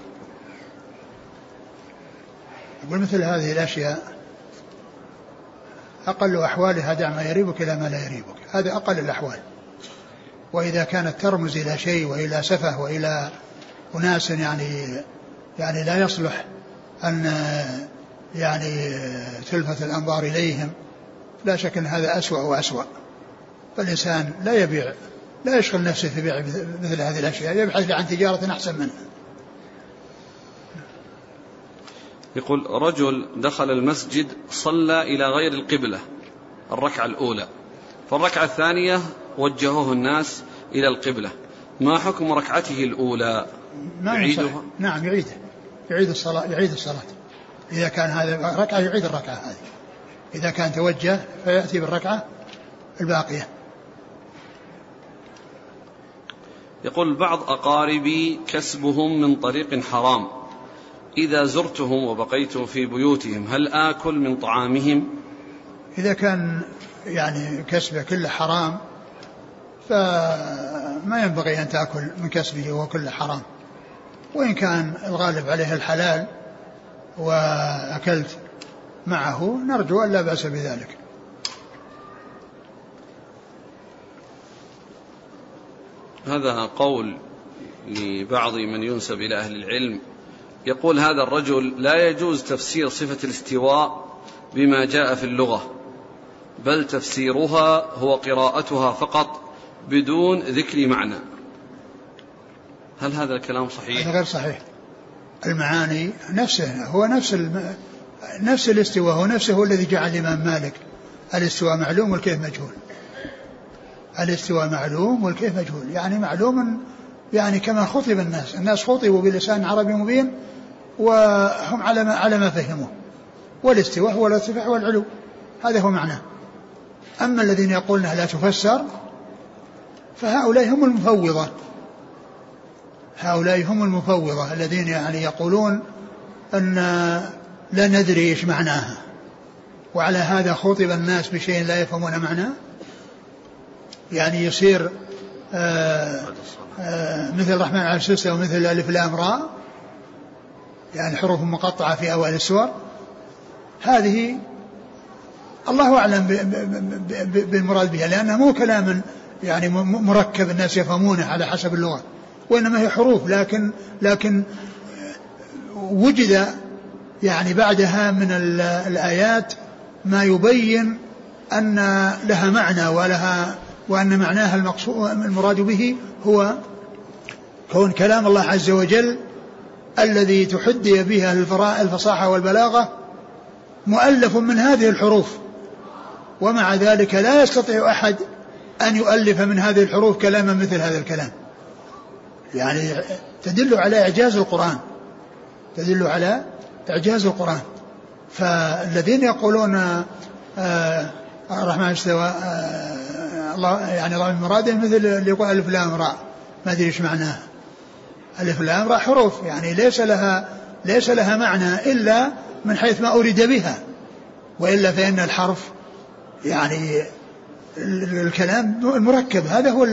أقول مثل هذه الأشياء أقل أحوالها دع ما يريبك إلى ما لا يريبك، هذا أقل الأحوال. وإذا كانت ترمز إلى شيء وإلى سفه وإلى أناس يعني لا يصلح أن يعني تلفت الأنظار إليهم، لا شك أن هذا أسوأ وأسوأ. فالإنسان لا يشغل نفسه في بيع مثل هذه الأشياء، يبحث عن تجارة أحسن منها. يقول رجل دخل المسجد صلى إلى غير القبلة الركعة الأولى، فالركعة الثانية وجهوه الناس إلى القبلة، ما حكم ركعته الأولى؟ يعيدها؟ نعم يعيد الصلاة. إذا كان هذا ركعة يعيد الركعة هذه، إذا كان توجه فيأتي بالركعة الباقية. يقول بعض أقاربي كسبهم من طريق حرام إذا زرتهم وبقيت في بيوتهم هل آكل من طعامهم؟ إذا كان يعني كسبه كله حرام فما ينبغي أن تأكل من كسبه وكله حرام، وإن كان الغالب عليه الحلال وأكلت معه نرجو أن لا بأس بذلك. هذا قول لبعض من ينسب إلى أهل العلم، يقول هذا الرجل لا يجوز تفسير صفة الاستواء بما جاء في اللغة، بل تفسيرها هو قراءتها فقط بدون ذكر معنى. هل هذا الكلام صحيح؟ غير صحيح. المعاني نفسه هو نفس الاستواء هو نفسه هو الذي جعل الإمام مالك الاستواء معلوم والكيف مجهول. الاستواء معلوم والكيف مجهول، يعني معلوم يعني كما خطب الناس خطبوا بلسان عربي مبين وهم على ما فهموا، والاستواء هو الارتفاع والعلو، هذا هو معناه. أما الذين يقولون لا تفسر فهؤلاء هم المفوضة، هؤلاء هم المفوضة الذين يعني يقولون أن لا ندري إيش معناها، وعلى هذا خطب الناس بشيء لا يفهمون معناه، يعني يصير مثل الرحمن على السلسلة ومثل الألف لام راء، يعني حروف مقطعة في أوائل السور. هذه الله أعلم بالمراد بها، لأنه مو كلام يعني مركب الناس يفهمونه على حسب اللغة، وإنما هي حروف، لكن وجد يعني بعدها من الآيات ما يبين أن لها معنى وأن معناها المراد به هو كون كلام الله عز وجل الذي تحدي بها الفصاحة والبلاغة مؤلف من هذه الحروف، ومع ذلك لا يستطيع أحد أن يؤلف من هذه الحروف كلاما مثل هذا الكلام، يعني تدل على إعجاز القرآن، تدل على إعجاز القرآن. فالذين يقولون الرحمن استوى الله يعني رأى المراد مثل اللي يقول ألف لام راء، ما أدري إيش معناها. ألف لام راء حروف يعني ليس لها معنى إلا من حيث ما أريد بها، وإلا فإن الحرف يعني الكلام المركب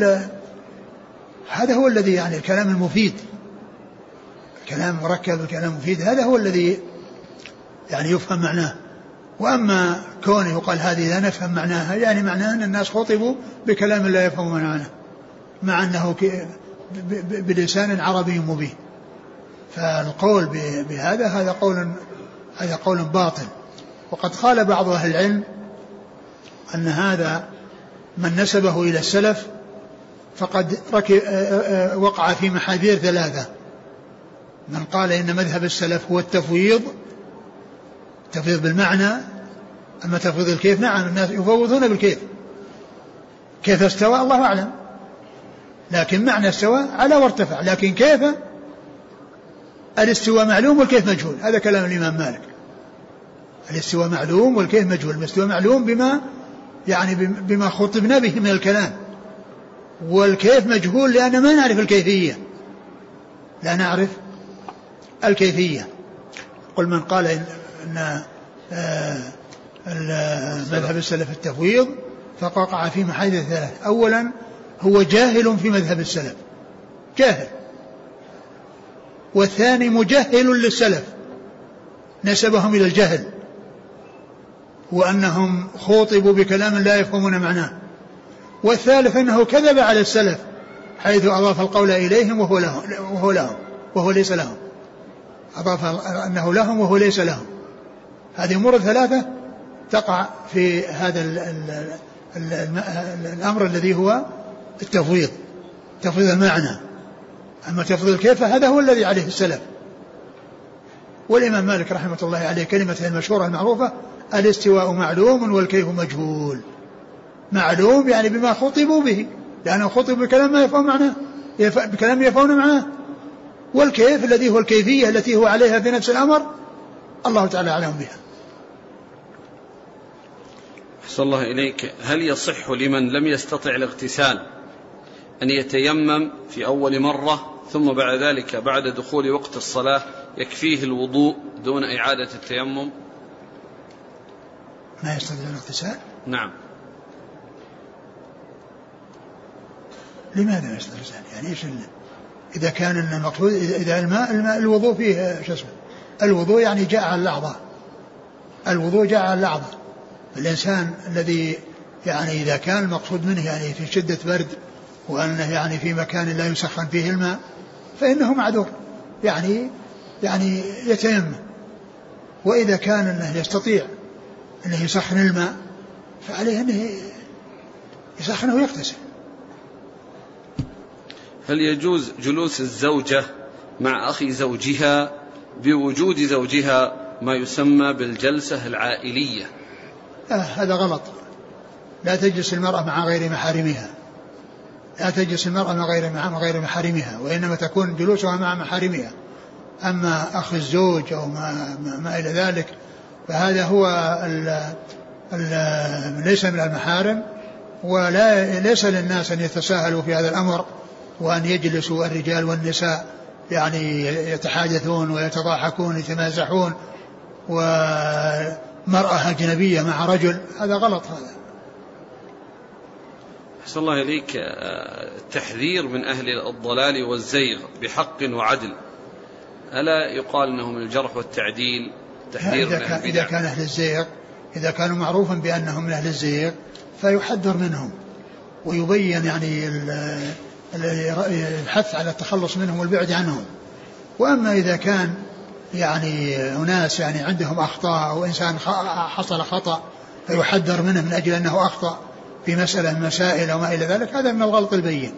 هذا هو الذي يعني الكلام المفيد، الكلام مركب الكلام مفيد هذا هو الذي يعني يفهم معناه. وأما كونه يقال هذه لا نفهم معناها، يعني معناه أن الناس خطبوا بكلام لا يفهمون معناه مع أنه بلسان عربي مبين. فالقول بهذا هذا قول باطل. وقد قال بعض أهل العلم أن هذا من نسبه إلى السلف فقد وقع في محاذير ثلاثة. من قال إن مذهب السلف هو التفويض بالمعنى، أما تفويض الكيف نعم الناس يفوضون بالكيف، كيف استوى الله أعلم، لكن معنى استوى على وارتفع، لكن كيف الاستواء معلوم والكيف مجهول، هذا كلام الإمام مالك. الاستواء معلوم والكيف مجهول، الاستواء معلوم بما خطبنا به من الكلام، والكيف مجهول لأن ما نعرف الكيفية، لا نعرف الكيفية. قل من قال إن مذهب السلف التفويض فقع في محاذير ثلاث. أولا هو جاهل في مذهب السلف، جاهل، والثاني مجهل للسلف نسبهم إلى الجهل وأنهم خوطبوا بكلام لا يفهمون معناه، والثالث أنه كذب على السلف حيث أضاف القول إليهم وهو ليس لهم، أضاف أنه لهم وهو ليس لهم. هذه أمور ثلاثة تقع في هذا الأمر الذي هو التفويض، تفويض المعنى. أما تفويض الكيف هذا هو الذي عليه السلف. والإمام مالك رحمة الله عليه كلمته المشهورة المعروفة الاستواء معلوم والكيف مجهول. معلوم يعني بما خطبوا به، لأنه خطب بكلام ما يفهم معناه، بكلام يفهمون معناه. والكيف الذي هو الكيفية التي هو عليها في نفس الأمر الله تعالى أعلم بها. أحسن الله إليك. هل يصح لمن لم يستطع الاغتسال أن يتيمم في أول مرة ثم بعد ذلك بعد دخول وقت الصلاة يكفيه الوضوء دون إعادة التيمم؟ ما يستطيع الاغتسال؟ نعم. لماذا ما يستطيع الاغتسال؟ يعني ايش إذا كان المقصود إذا الماء الوضوء فيه شو اسمه، الوضوء يعني جاء على اللحظة، الوضوء جاء على اللحظة. الإنسان الذي يعني إذا كان المقصود منه يعني في شدة برد وأنه يعني في مكان لا يسخن فيه الماء فإنه معذور، يعني يتيمم. وإذا كان أنه يستطيع أنه يسخن الماء فعليه أنه يسخنه ويغتسل. هل يجوز جلوس الزوجة مع أخي زوجها بوجود زوجها ما يسمى بالجلسة العائلية؟ هذا غلط. لا تجلس المرأة مع غير محارمها، لا تجلس المرأة مع غير محارمها، وإنما تكون جلوسها مع محارمها. أما أخ الزوج أو ما إلى ذلك فهذا هو ليس من المحارم، وليس للناس أن يتساهلوا في هذا الأمر وأن يجلسوا الرجال والنساء يعني يتحادثون ويتضاحكون يتمازحون ومرأة أجنبية مع رجل، هذا غلط. هذا أحسن الله إليك. التحذير من أهل الضلال والزيغ بحق وعدل، ألا يقال أنه من الجرح والتعديل؟ تحذير من أهل إذا كان أهل الزيغ، إذا كانوا معروفا بأنهم من أهل الزيغ فيحذر منهم ويبين يعني الحث على التخلص منهم والبعد عنهم. وأما إذا كان يعني أناس يعني عندهم أخطاء أو إنسان حصل خطأ فيحذر منه من أجل أنه أخطأ في مسألة مسائل أو ما إلى ذلك، هذا من الغلط البين.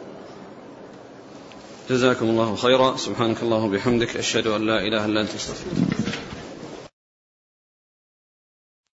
جزاكم الله خيرا. سبحانك اللهم وبحمدك، أشهد أن لا إله إلا أنت، أستغفرك.